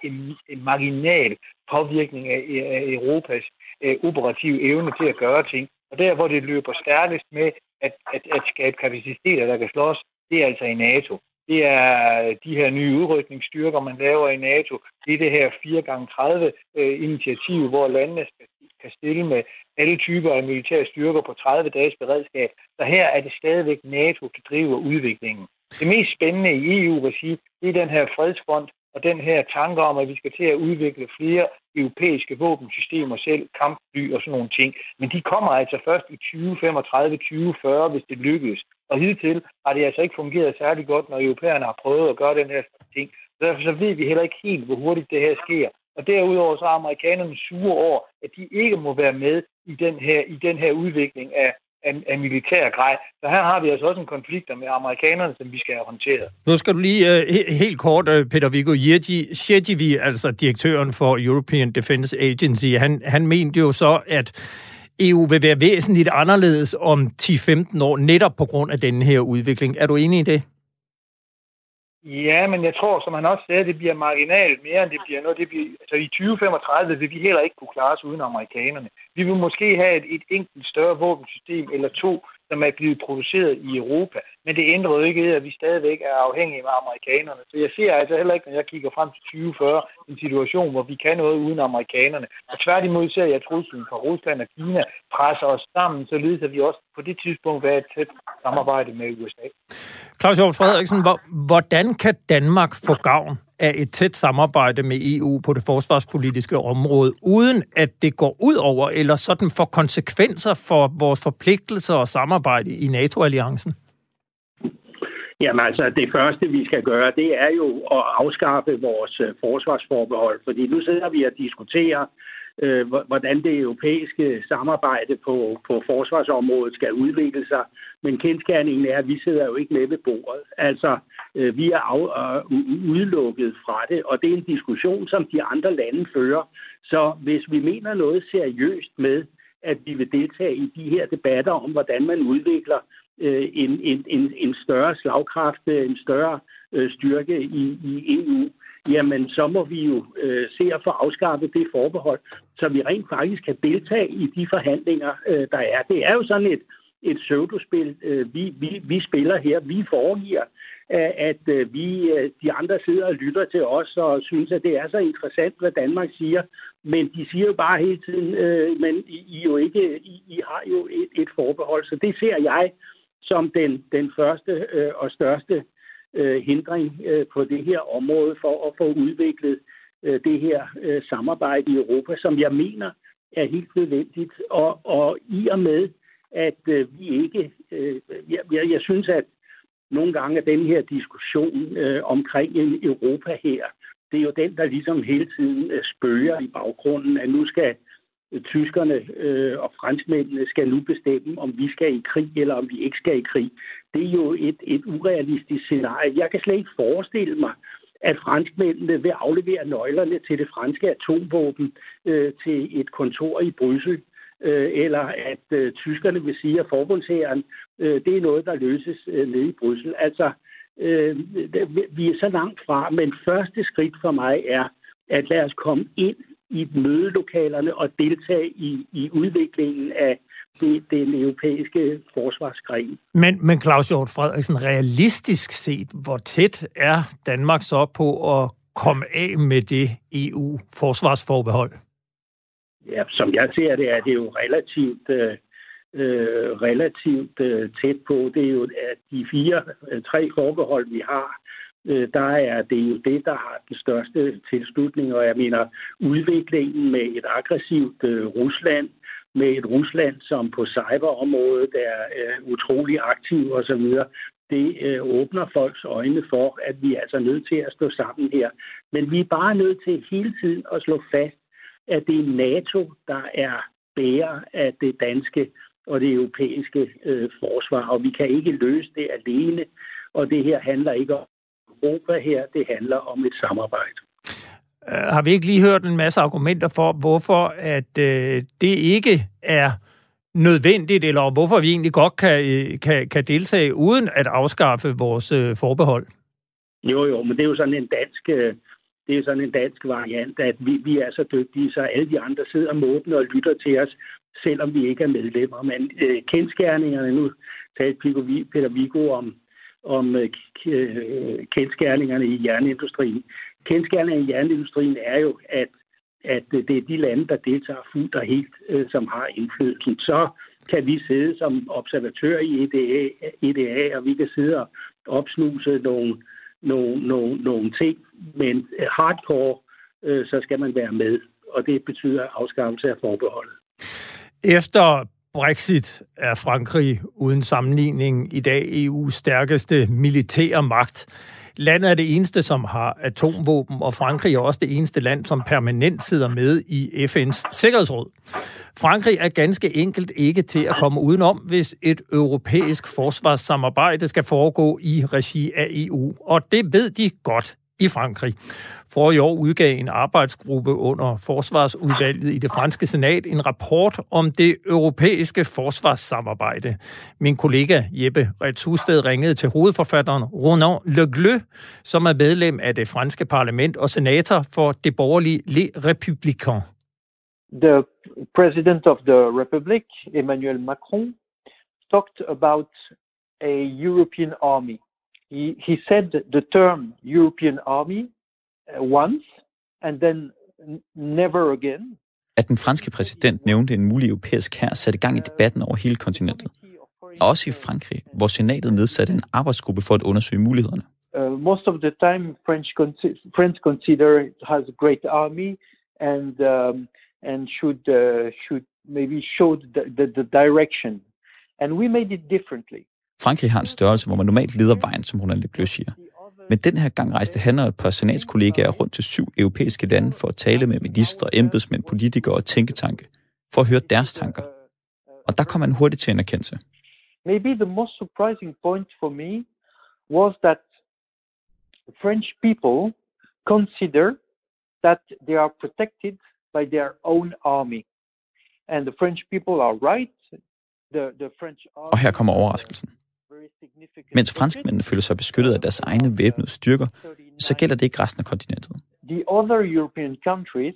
en marginal påvirkning af Europas operative evne til at gøre ting. Og der, hvor det løber stærkest med at skabe kapaciteter, der kan slås, det er altså i NATO. Det er de her nye udrykningsstyrker, man laver i NATO. Det er det her 4x30 initiativ, hvor landene kan stille med alle typer af militære styrker på 30 dages beredskab. Så her er det stadigvæk NATO, der driver udviklingen. Det mest spændende i EU-regi, det er den her fredsfond og den her tanke om, at vi skal til at udvikle flere europæiske våbensystemer selv, kampfly og sådan nogle ting. Men de kommer altså først i 2035-2040, hvis det lykkes. Og hidtil har det altså ikke fungeret særlig godt, når europæerne har prøvet at gøre den her ting. Derfor så ved vi heller ikke helt, hvor hurtigt det her sker. Og derudover så er amerikanerne sure over, at de ikke må være med i den her udvikling af militær grej. Så her har vi altså også en konflikt med amerikanerne, som vi skal have håndteret. Nu skal du lige helt kort, Peter Viggo Shedjivi, altså direktøren for European Defence Agency, han mente jo så, at EU vil være væsentligt anderledes om 10-15 år, netop på grund af denne her udvikling. Er du enig i det? Ja, men jeg tror, som han også sagde, det bliver marginalt mere, end det bliver noget. Altså i 2035 vil vi heller ikke kunne klare os uden amerikanerne. Vi vil måske have et enkelt større våbensystem eller to, som er blevet produceret i Europa. Men det ændrer jo ikke, at vi stadigvæk er afhængige af amerikanerne. Så jeg ser altså heller ikke, når jeg kigger frem til 2040, en situation, hvor vi kan noget uden amerikanerne. Og tværtimod ser jeg, at truslen fra Rusland og Kina presser os sammen, således at vi også på det tidspunkt vil have et tæt samarbejde med USA. Claus Hjort Frederiksen, hvordan kan Danmark få gavn af et tæt samarbejde med EU på det forsvarspolitiske område, uden at det går ud over eller sådan får konsekvenser for vores forpligtelser og samarbejde i NATO-alliancen? Jamen altså, det første, vi skal gøre, det er jo at afskaffe vores forsvarsforbehold, fordi nu sidder vi og diskuterer, hvordan det europæiske samarbejde på forsvarsområdet skal udvikle sig. Men kendsgerningen er, at vi sidder jo ikke med ved bordet. Altså, vi er udelukket fra det, og det er en diskussion, som de andre lande fører. Så hvis vi mener noget seriøst med, at vi vil deltage i de her debatter om, hvordan man udvikler en større slagkraft, en større styrke i EU, jamen så må vi jo se at få afskaffet det forbehold, så vi rent faktisk kan deltage i de forhandlinger, der er. Det er jo sådan et pseudospil, vi spiller her. Vi foregiver, at de andre sidder og lytter til os og synes, at det er så interessant, hvad Danmark siger. Men de siger jo bare hele tiden, men I har jo et forbehold. Så det ser jeg som den første og største hindring på det her område for at få udviklet det her samarbejde i Europa, som jeg mener er helt nødvendigt. Og i og med, at vi ikke... Jeg synes, at nogle gange at den her diskussion omkring en Europa her, det er jo den, der ligesom hele tiden spøger i baggrunden, at nu skal tyskerne og franskmændene skal nu bestemme, om vi skal i krig, eller om vi ikke skal i krig. Det er jo et urealistisk scenarie. Jeg kan slet ikke forestille mig, at franskmændene vil aflevere nøglerne til det franske atomvåben til et kontor i Bryssel, eller at tyskerne vil sige, at forbundshæren, det er noget, der løses nede i Bryssel. Altså, vi er så langt fra, men første skridt for mig er, at lad os komme ind i mødelokalerne og deltage i udviklingen af den europæiske forsvarsgren. Men Claus Hjort Frederiksen, realistisk set, hvor tæt er Danmark så på at komme af med det EU-forsvarsforbehold? Ja, som jeg ser det, er det jo relativt tæt på. Det er jo at de 3 forbehold, vi har, der er det jo det, der har den største tilslutning, og jeg mener udviklingen med et aggressivt Rusland, med et Rusland, som på cyberområdet er utrolig aktiv osv., det åbner folks øjne for, at vi er altså nødt til at stå sammen her. Men vi er bare nødt til hele tiden at slå fast, at det er NATO, der er bærer af det danske og det europæiske forsvar, og vi kan ikke løse det alene, og det her handler ikke om Europa her, det handler om et samarbejde. Har vi ikke lige hørt en masse argumenter for, hvorfor at det ikke er nødvendigt, eller hvorfor vi egentlig godt kan deltage uden at afskaffe vores forbehold? Jo, men det er jo sådan en dansk variant, at vi er så dygtige, så alle de andre sidder måbende og lytter til os, selvom vi ikke er medlemmer. Men kendsgerningerne, nu talte Peter Viggo om kendsgerningerne i jernindustrien. Kendsgerningerne i jernindustrien er jo, at det er de lande, der deltager fuldt og helt, som har indflydelsen. Så kan vi sidde som observatør i EDA, og vi kan sidde og opsnuse nogle ting, men hardcore, så skal man være med, og det betyder afskaffelse af forbeholdet. Efter Brexit er Frankrig uden sammenligning i dag EU's stærkeste militære magt. Landet er det eneste, som har atomvåben, og Frankrig er også det eneste land, som permanent sidder med i FN's Sikkerhedsråd. Frankrig er ganske enkelt ikke til at komme udenom, hvis et europæisk forsvarssamarbejde skal foregå i regi af EU. Og det ved de godt i Frankrig. For i år udgav en arbejdsgruppe under forsvarsudvalget i det franske senat en rapport om det europæiske forsvarssamarbejde. Min kollega Jeppe Retz Husted ringede til hovedforfatteren Ronan Le Gleut, som er medlem af det franske parlament og senator for det borgerlige Les Républicains. The president of the Republic, Emmanuel Macron, talked about a European army. He said the term European army once, and then never again. At den franske præsident nævnte en mulig europæisk hær satte gang i debatten over hele kontinentet. Og også i Frankrig, hvor senatet nedsatte en arbejdsgruppe for at undersøge mulighederne. Most of the time, French consider it has a great army and should maybe show the direction. And we made it differently. Frankrig har en størrelse, hvor man normalt leder vejen, som Ronan Le Gleut siger. Men den her gang rejste han og et par senatskollegaer rundt til 7 europæiske lande for at tale med ministre, embedsmænd, politikere og tænketanke, for at høre deres tanker. Og der kom man hurtigt til en erkendelse. Maybe the most surprising point for me was that the French people consider that they are protected by their own army. And the French people are right. The French army. Og her kommer overraskelsen. Mens franskmændene føler sig beskyttet af deres egne væbnede styrker, så gælder det ikke resten af kontinentet. The other European countries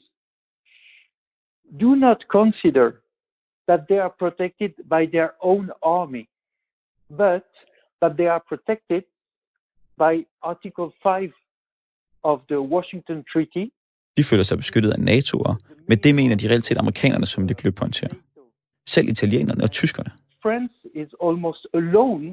do not consider that they are protected by their own army, but that they are protected by Article 5 of the Washington Treaty. De føler sig beskyttet af NATO'er, men det mener de reelt set amerikanerne, som det Gleut pointerer. Selv italienerne og tyskerne. France is almost alone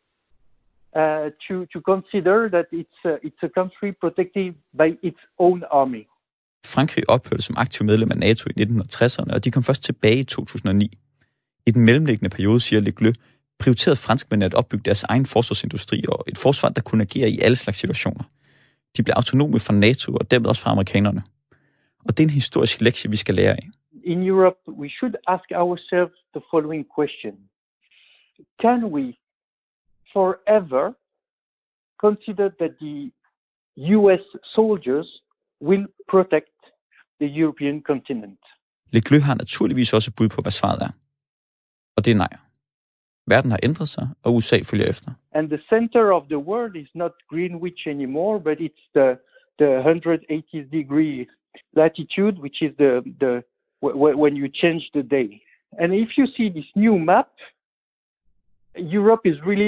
to consider that it's a country protected by its own army. Frankrig ophørte som aktiv medlem af NATO i 1960'erne, og de kom først tilbage i 2009. I den mellemliggende periode, siger Le Gleut, prioriterede franskmændene at opbygge deres egen forsvarsindustri og et forsvar, der kunne agere i alle slags situationer. De blev autonome fra NATO og dermed også fra amerikanerne. Og det er en historisk lektie, vi skal lære af. In Europe, we should ask ourselves the following question. Can we forever consider that the US soldiers will protect the European continent? Le Gleut har naturligvis også bud på, hvad svaret er. Og det er nej. Verden har ændret sig, og USA følger efter. And the center of the world is not Greenwich anymore, but it's the 180 degree latitude, which is the when you change the day. And if you see this new map, Europe is really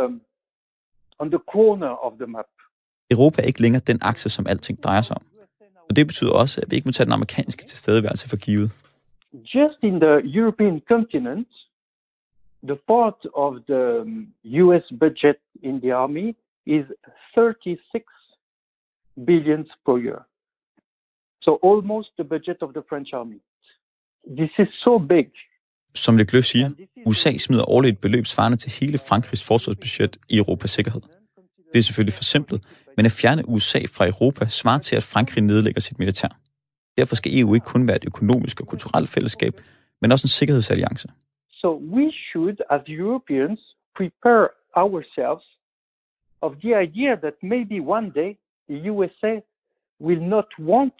on the corner of the map. Europa er ikke længere den akse, som alting drejer sig om. Og det betyder også, at vi ikke må tage den amerikanske tilstedeværelse for givet. Just in the European continent, the part of the US budget in the army is 36 billions per year. So almost the budget of the French army. This is so big. Som Le Gleut siger, USA smider årligt et beløb svarende til hele Frankrigs forsvarsbudget i Europas sikkerhed. Det er selvfølgelig for simpelt, men at fjerne USA fra Europa svarer til, at Frankrig nedlægger sit militær. Derfor skal EU ikke kun være et økonomisk og kulturelt fællesskab, men også en sikkerhedsalliance. So we should, as Europeans, prepare ourselves of the idea that maybe one day the USA will not want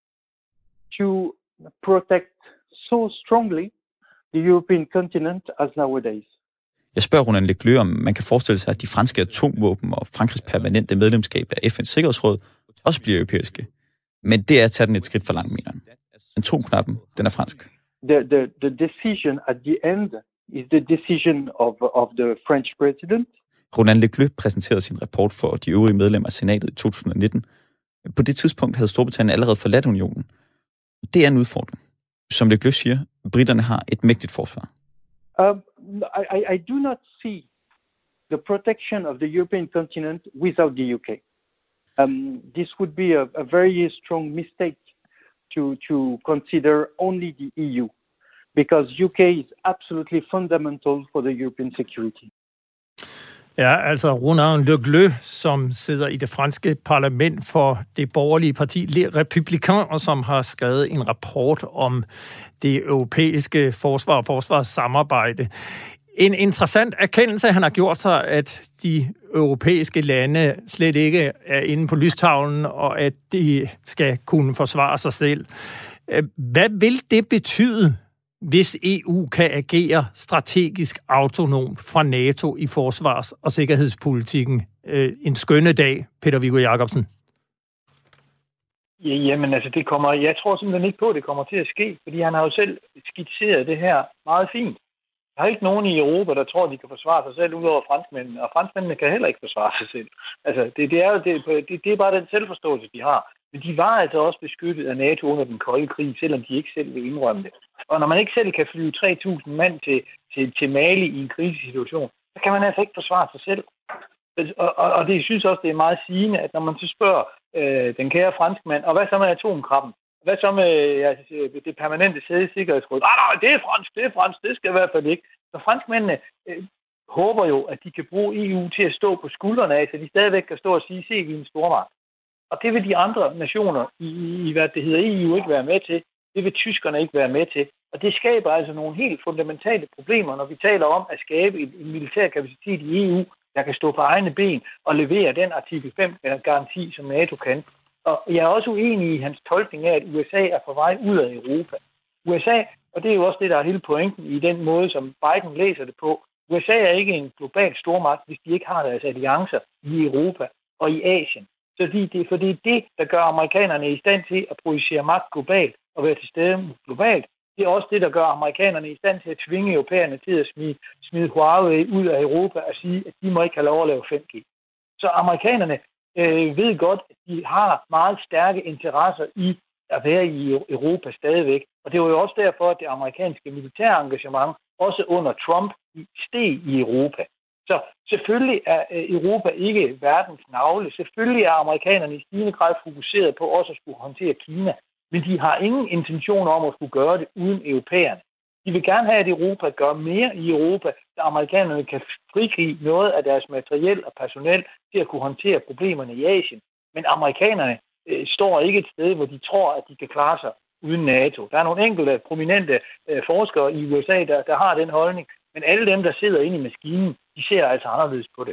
to protect so strongly the European continent as nowadays. Jeg spørger Ronan Le Gleut, om man kan forestille sig, at de franske atomvåben og Frankrigs permanente medlemskab af FN's Sikkerhedsråd også bliver europæiske. Men det er at tage den et skridt for langt, mener han. Atomknappen, den er fransk. The decision at the end is the decision of the French president. Ronan Le Gleut præsenterede sin rapport for de øvrige medlemmer af senatet i 2019. På det tidspunkt havde Storbritannien allerede forladt unionen. Det er en udfordring. Som Le Gleut siger, briterne har et mægtigt forsvar. I do not see the protection of the European continent without the UK. This would be a very strong mistake to consider only the EU, because UK is absolutely fundamental for the European security. Ja, altså Ronan Le Gleut, som sidder i det franske parlament for det borgerlige parti Les Républicains, og som har skrevet en rapport om det europæiske forsvar og forsvarssamarbejde. En interessant erkendelse, han har gjort sig, at de europæiske lande slet ikke er inde på lystavlen, og at de skal kunne forsvare sig selv. Hvad vil det betyde, hvis EU kan agere strategisk autonomt fra NATO i forsvars- og sikkerhedspolitikken? En skønne dag, Peter Viggo Jacobsen. Jamen altså, jeg tror simpelthen ikke på, at det kommer til at ske, fordi han har jo selv skitseret det her meget fint. Der er ikke nogen i Europa, der tror, de kan forsvare sig selv udover franskmændene, og franskmændene kan heller ikke forsvare sig selv. Altså, det er bare den selvforståelse, de har. Men de var altså også beskyttet af NATO under den kolde krig, selvom de ikke selv vil indrømme det. Og når man ikke selv kan flyve 3.000 mand til Mali i en krisesituation, så kan man altså ikke forsvare sig selv. Og det synes også, det er meget sigende, at når man så spørger den kære franskmand, og hvad så med atomkrabben? Hvad så med det permanente sæde i Sikkerhedsrådet? Nej, det er fransk, det skal i hvert fald ikke. Så franskmændene håber jo, at de kan bruge EU til at stå på skuldrene af, så de stadigvæk kan stå og sige, se, vi er en stormagt. Og det vil de andre nationer i hvad det hedder EU ikke være med til. Det vil tyskerne ikke være med til. Og det skaber altså nogle helt fundamentale problemer, når vi taler om at skabe en militær kapacitet i EU, der kan stå på egne ben og levere den artikel 5-garanti, som NATO kan. Og jeg er også uenig i hans tolkning af, at USA er på vej ud af Europa. USA, og det er jo også det, der er hele pointen i den måde, som Biden læser det på. USA er ikke en global stormagt, hvis de ikke har deres alliancer i Europa og i Asien. Så fordi det, der gør amerikanerne i stand til at projicere magt globalt og være til stede globalt, det er også det, der gør amerikanerne i stand til at tvinge europæerne til at smide Huawei ud af Europa og sige, at de må ikke have lov at lave 5G. Så amerikanerne ved godt, at de har meget stærke interesser i at være i Europa stadigvæk. Og det var jo også derfor, at det amerikanske militære engagement, også under Trump, steg i Europa. Så selvfølgelig er Europa ikke verdens navle. Selvfølgelig er amerikanerne i stigende grad fokuseret på også at skulle håndtere Kina. Men de har ingen intention om at skulle gøre det uden europæerne. De vil gerne have, at Europa gør mere i Europa, så amerikanerne kan frigive noget af deres materiel og personel til at kunne håndtere problemerne i Asien. Men amerikanerne står ikke et sted, hvor de tror, at de kan klare sig uden NATO. Der er nogle enkelte prominente forskere i USA, der har den holdning. Men alle dem, der sidder inde i maskinen, de ser altså anderledes på det.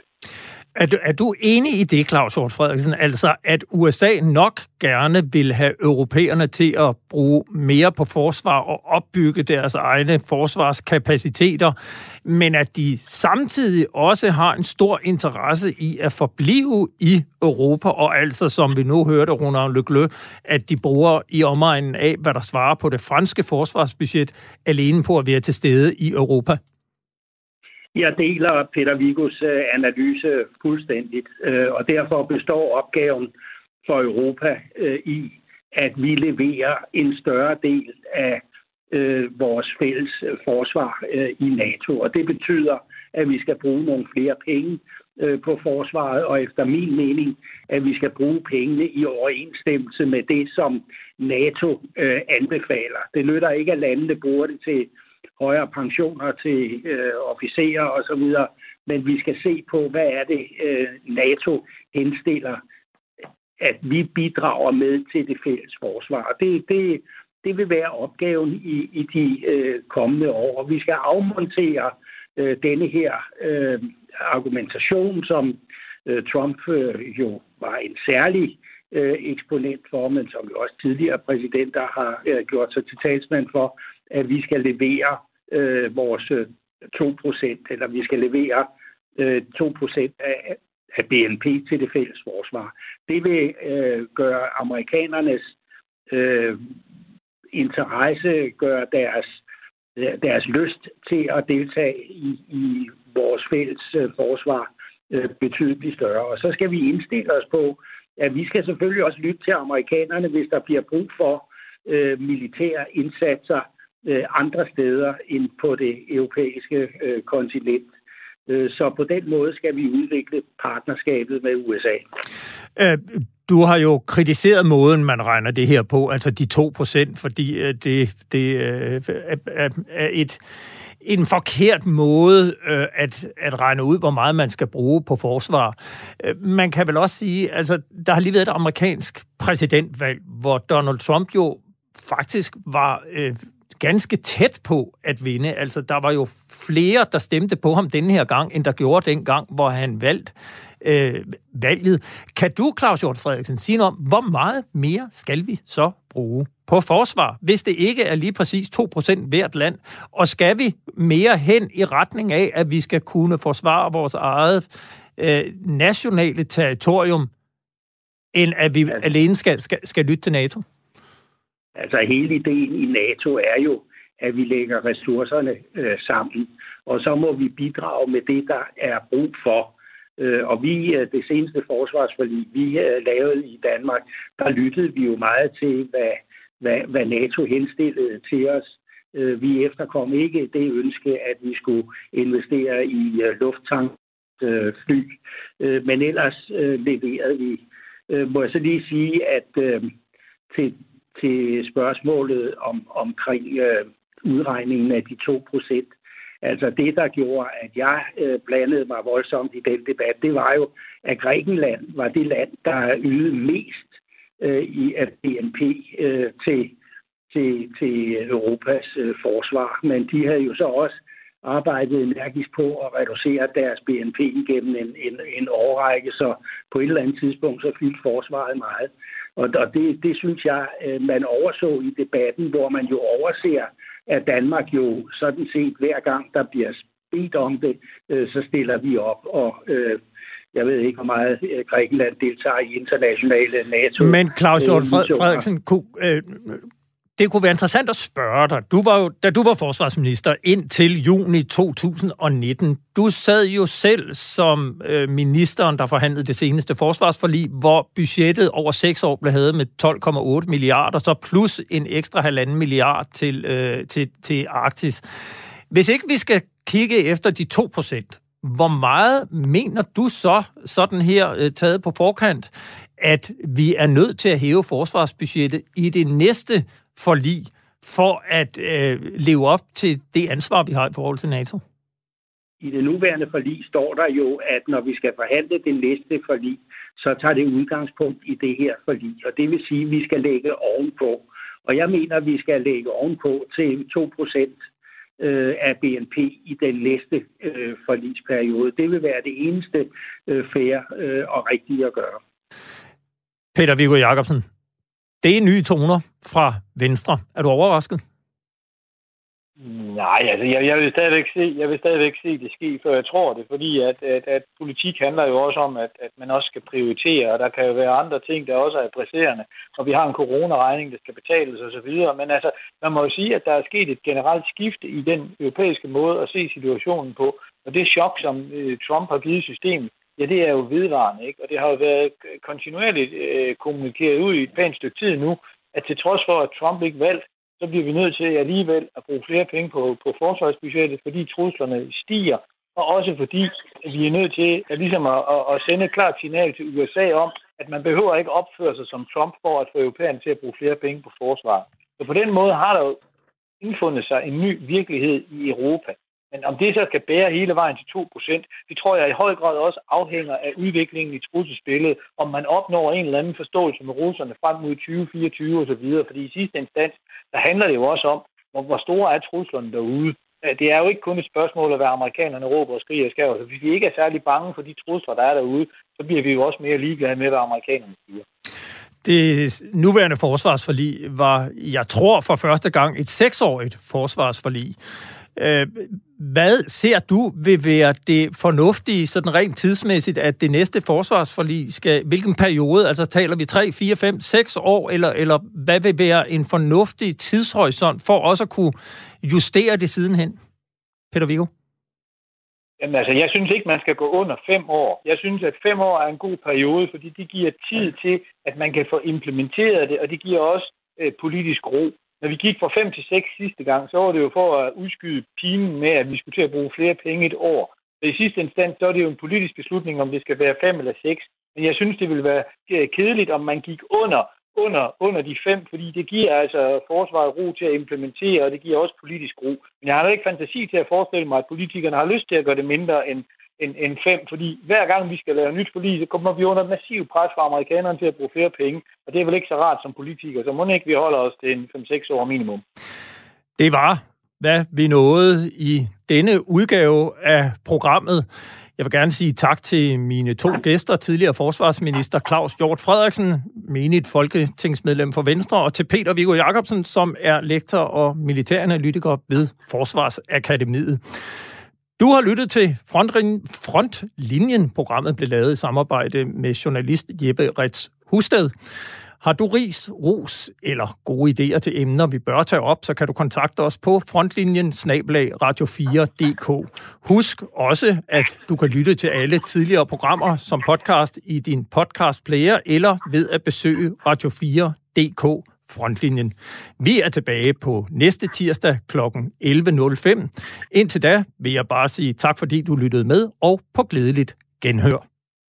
Er du enig i det, Claus Hjort Frederiksen? Altså, at USA nok gerne vil have europæerne til at bruge mere på forsvar og opbygge deres egne forsvarskapaciteter, men at de samtidig også har en stor interesse i at forblive i Europa, og altså, som vi nu hørte Ronan Le Gleut, at de bruger i omegnen af, hvad der svarer på det franske forsvarsbudget, alene på at være til stede i Europa? Jeg deler Peter Viggos analyse fuldstændigt, og derfor består opgaven for Europa i, at vi leverer en større del af vores fælles forsvar i NATO. Og det betyder, at vi skal bruge nogle flere penge på forsvaret, og efter min mening, at vi skal bruge pengene i overensstemmelse med det, som NATO anbefaler. Det nytter ikke, at landene bruger det til højere pensioner til officerer osv., men vi skal se på, hvad er det, NATO henstiller, at vi bidrager med til det fælles forsvar. Det vil være opgaven i de kommende år. Vi skal afmontere denne her argumentation, som Trump jo var en særlig eksponent for, men som jo også tidligere præsidenter har gjort sig til talsmand for, at vi skal levere vores 2%, eller vi skal levere 2% af BNP til det fælles forsvar. Det vil gøre amerikanernes interesse, gøre deres lyst til at deltage i vores fælles forsvar betydeligt større. Og så skal vi indstille os på, at vi skal selvfølgelig også lytte til amerikanerne, hvis der bliver brug for militære indsatser andre steder end på det europæiske kontinent. Så på den måde skal vi udvikle partnerskabet med USA. Du har jo kritiseret måden, man regner det her på, altså de 2%, fordi det er en forkert måde at regne ud, hvor meget man skal bruge på forsvar. Man kan vel også sige, altså, der har lige været et amerikansk præsidentvalg, hvor Donald Trump jo faktisk var ganske tæt på at vinde. Altså, der var jo flere, der stemte på ham denne her gang, end der gjorde den gang, hvor han valgte valget. Kan du, Claus Hjort Frederiksen, sige noget om, hvor meget mere skal vi så bruge på forsvar, hvis det ikke er lige præcis 2% hvert land? Og skal vi mere hen i retning af, at vi skal kunne forsvare vores eget nationale territorium, end at vi alene skal lytte til NATO? Altså hele ideen i NATO er jo, at vi lægger ressourcerne sammen, og så må vi bidrage med det, der er brug for. Og det seneste forsvarsforlig, vi lavede i Danmark, der lyttede vi jo meget til, hvad NATO henstillede til os. Vi efterkom ikke det ønske, at vi skulle investere i lufttankfly, men ellers leverede vi. Må jeg så lige sige, at til spørgsmålet omkring udregningen af de 2%. Altså det, der gjorde, at jeg blandede mig voldsomt i den debat, det var jo, at Grækenland var det land, der ydede mest af BNP til Europas forsvar. Men de havde jo så også arbejdet energisk på at reducere deres BNP igennem en årrække, så på et eller andet tidspunkt så fyldte forsvaret meget. Og det synes jeg, man overså i debatten, hvor man jo overser, at Danmark jo sådan set hver gang, der bliver bedt om det, så stiller vi op. Og jeg ved ikke, hvor meget Grækenland deltager i internationale NATO. Men Claus Hjort Frederiksen, det kunne være interessant at spørge dig. Da du var forsvarsminister indtil juni 2019, du sad jo selv som ministeren, der forhandlede det seneste forsvarsforlig, hvor budgettet over 6 år blev hævet med 12,8 milliarder, så plus en ekstra 1,5 milliard til Arktis. Hvis ikke vi skal kigge efter de 2%, hvor meget mener du så, sådan her taget på forkant, at vi er nødt til at hæve forsvarsbudgettet i det næste forlig, for at leve op til det ansvar, vi har i forhold til NATO? I det nuværende forlig står der jo, at når vi skal forhandle det næste forlig, så tager det udgangspunkt i det her forlig. Og det vil sige, at vi skal lægge ovenpå. Og jeg mener, at vi skal lægge ovenpå til 2% af BNP i den næste forligsperiode. Det vil være det eneste fair og rigtige at gøre. Peter Viggo Jacobsen, det er nye toner fra Venstre. Er du overrasket? Nej, altså jeg vil stadigvæk se det ske, for jeg tror det, fordi at politik handler jo også om, at man også skal prioritere, og der kan jo være andre ting, der også er presserende, og vi har en coronaregning, der skal betales osv., men altså, man må jo sige, at der er sket et generelt skifte i den europæiske måde at se situationen på, og det chok, som Trump har givet systemet, ja, det er jo vedvarende, ikke? Og det har jo været kontinuerligt kommunikeret ud i et pænt stykke tid nu, at til trods for, at Trump ikke valgte, så bliver vi nødt til alligevel at bruge flere penge på forsvarsbudgettet, fordi truslerne stiger, og også fordi at vi er nødt til at sende et klart signal til USA om, at man behøver ikke opføre sig som Trump for at få europæerne til at bruge flere penge på forsvar. Så på den måde har der jo indfundet sig en ny virkelighed i Europa. Men om det så kan bære hele vejen til 2%, det tror jeg i høj grad også afhænger af udviklingen i trusselsbilledet, om man opnår en eller anden forståelse med russerne frem mod 2024 osv. Fordi i sidste instans, der handler det jo også om, hvor store er truslerne derude. Det er jo ikke kun et spørgsmål at være amerikanerne råber og skriger og skæver. Så hvis vi ikke er særlig bange for de trusler, der er derude, så bliver vi jo også mere ligeglade med, hvad amerikanerne siger. Det nuværende forsvarsforlig var, jeg tror for første gang, et 6-årigt forsvarsforlig. Hvad ser du vil være det fornuftige, sådan rent tidsmæssigt, at det næste forsvarsforlig skal, hvilken periode, altså taler vi 3, 4, 5, 6 år, eller hvad vil være en fornuftig tidshorisont for også at kunne justere det sidenhen? Peter Viggo? Jamen altså, jeg synes ikke, man skal gå under 5 år. Jeg synes, at 5 år er en god periode, fordi det giver tid til, at man kan få implementeret det, og det giver også politisk ro. Når vi gik fra 5 til 6 sidste gang, så var det jo for at udskyde pinen med, at vi skulle til at bruge flere penge et år. Så i sidste instans, så er det jo en politisk beslutning, om det skal være 5 eller 6. Men jeg synes, det ville være kedeligt, om man gik under under de 5, fordi det giver altså forsvaret ro til at implementere, og det giver også politisk ro. Men jeg har ikke fantasi til at forestille mig, at politikerne har lyst til at gøre det mindre end 5, fordi hver gang vi skal lave nyt forlig, så kommer vi under massiv pres fra amerikanerne til at bruge flere penge, og det er vel ikke så rart som politikere, så må ikke vi holder os til en 5-6 år minimum. Det var, hvad vi nåede i denne udgave af programmet. Jeg vil gerne sige tak til mine 2 gæster, tidligere forsvarsminister Claus Hjort Frederiksen, menigt folketingsmedlem for Venstre, og til Peter Viggo Jacobsen, som er lektor og militæranalytiker ved Forsvarsakademiet. Du har lyttet til Frontlinjen. Programmet blev lavet i samarbejde med journalist Jeppe Retz Husted. Har du ris, ros eller gode idéer til emner, vi bør tage op, så kan du kontakte os på frontlinjen@radio4.dk. Husk også, at du kan lytte til alle tidligere programmer som podcast i din podcastplayer eller ved at besøge radio4.dk Frontlinjen. Vi er tilbage på næste tirsdag kl. 11.05. Indtil da vil jeg bare sige tak, fordi du lyttede med, og på glædeligt genhør.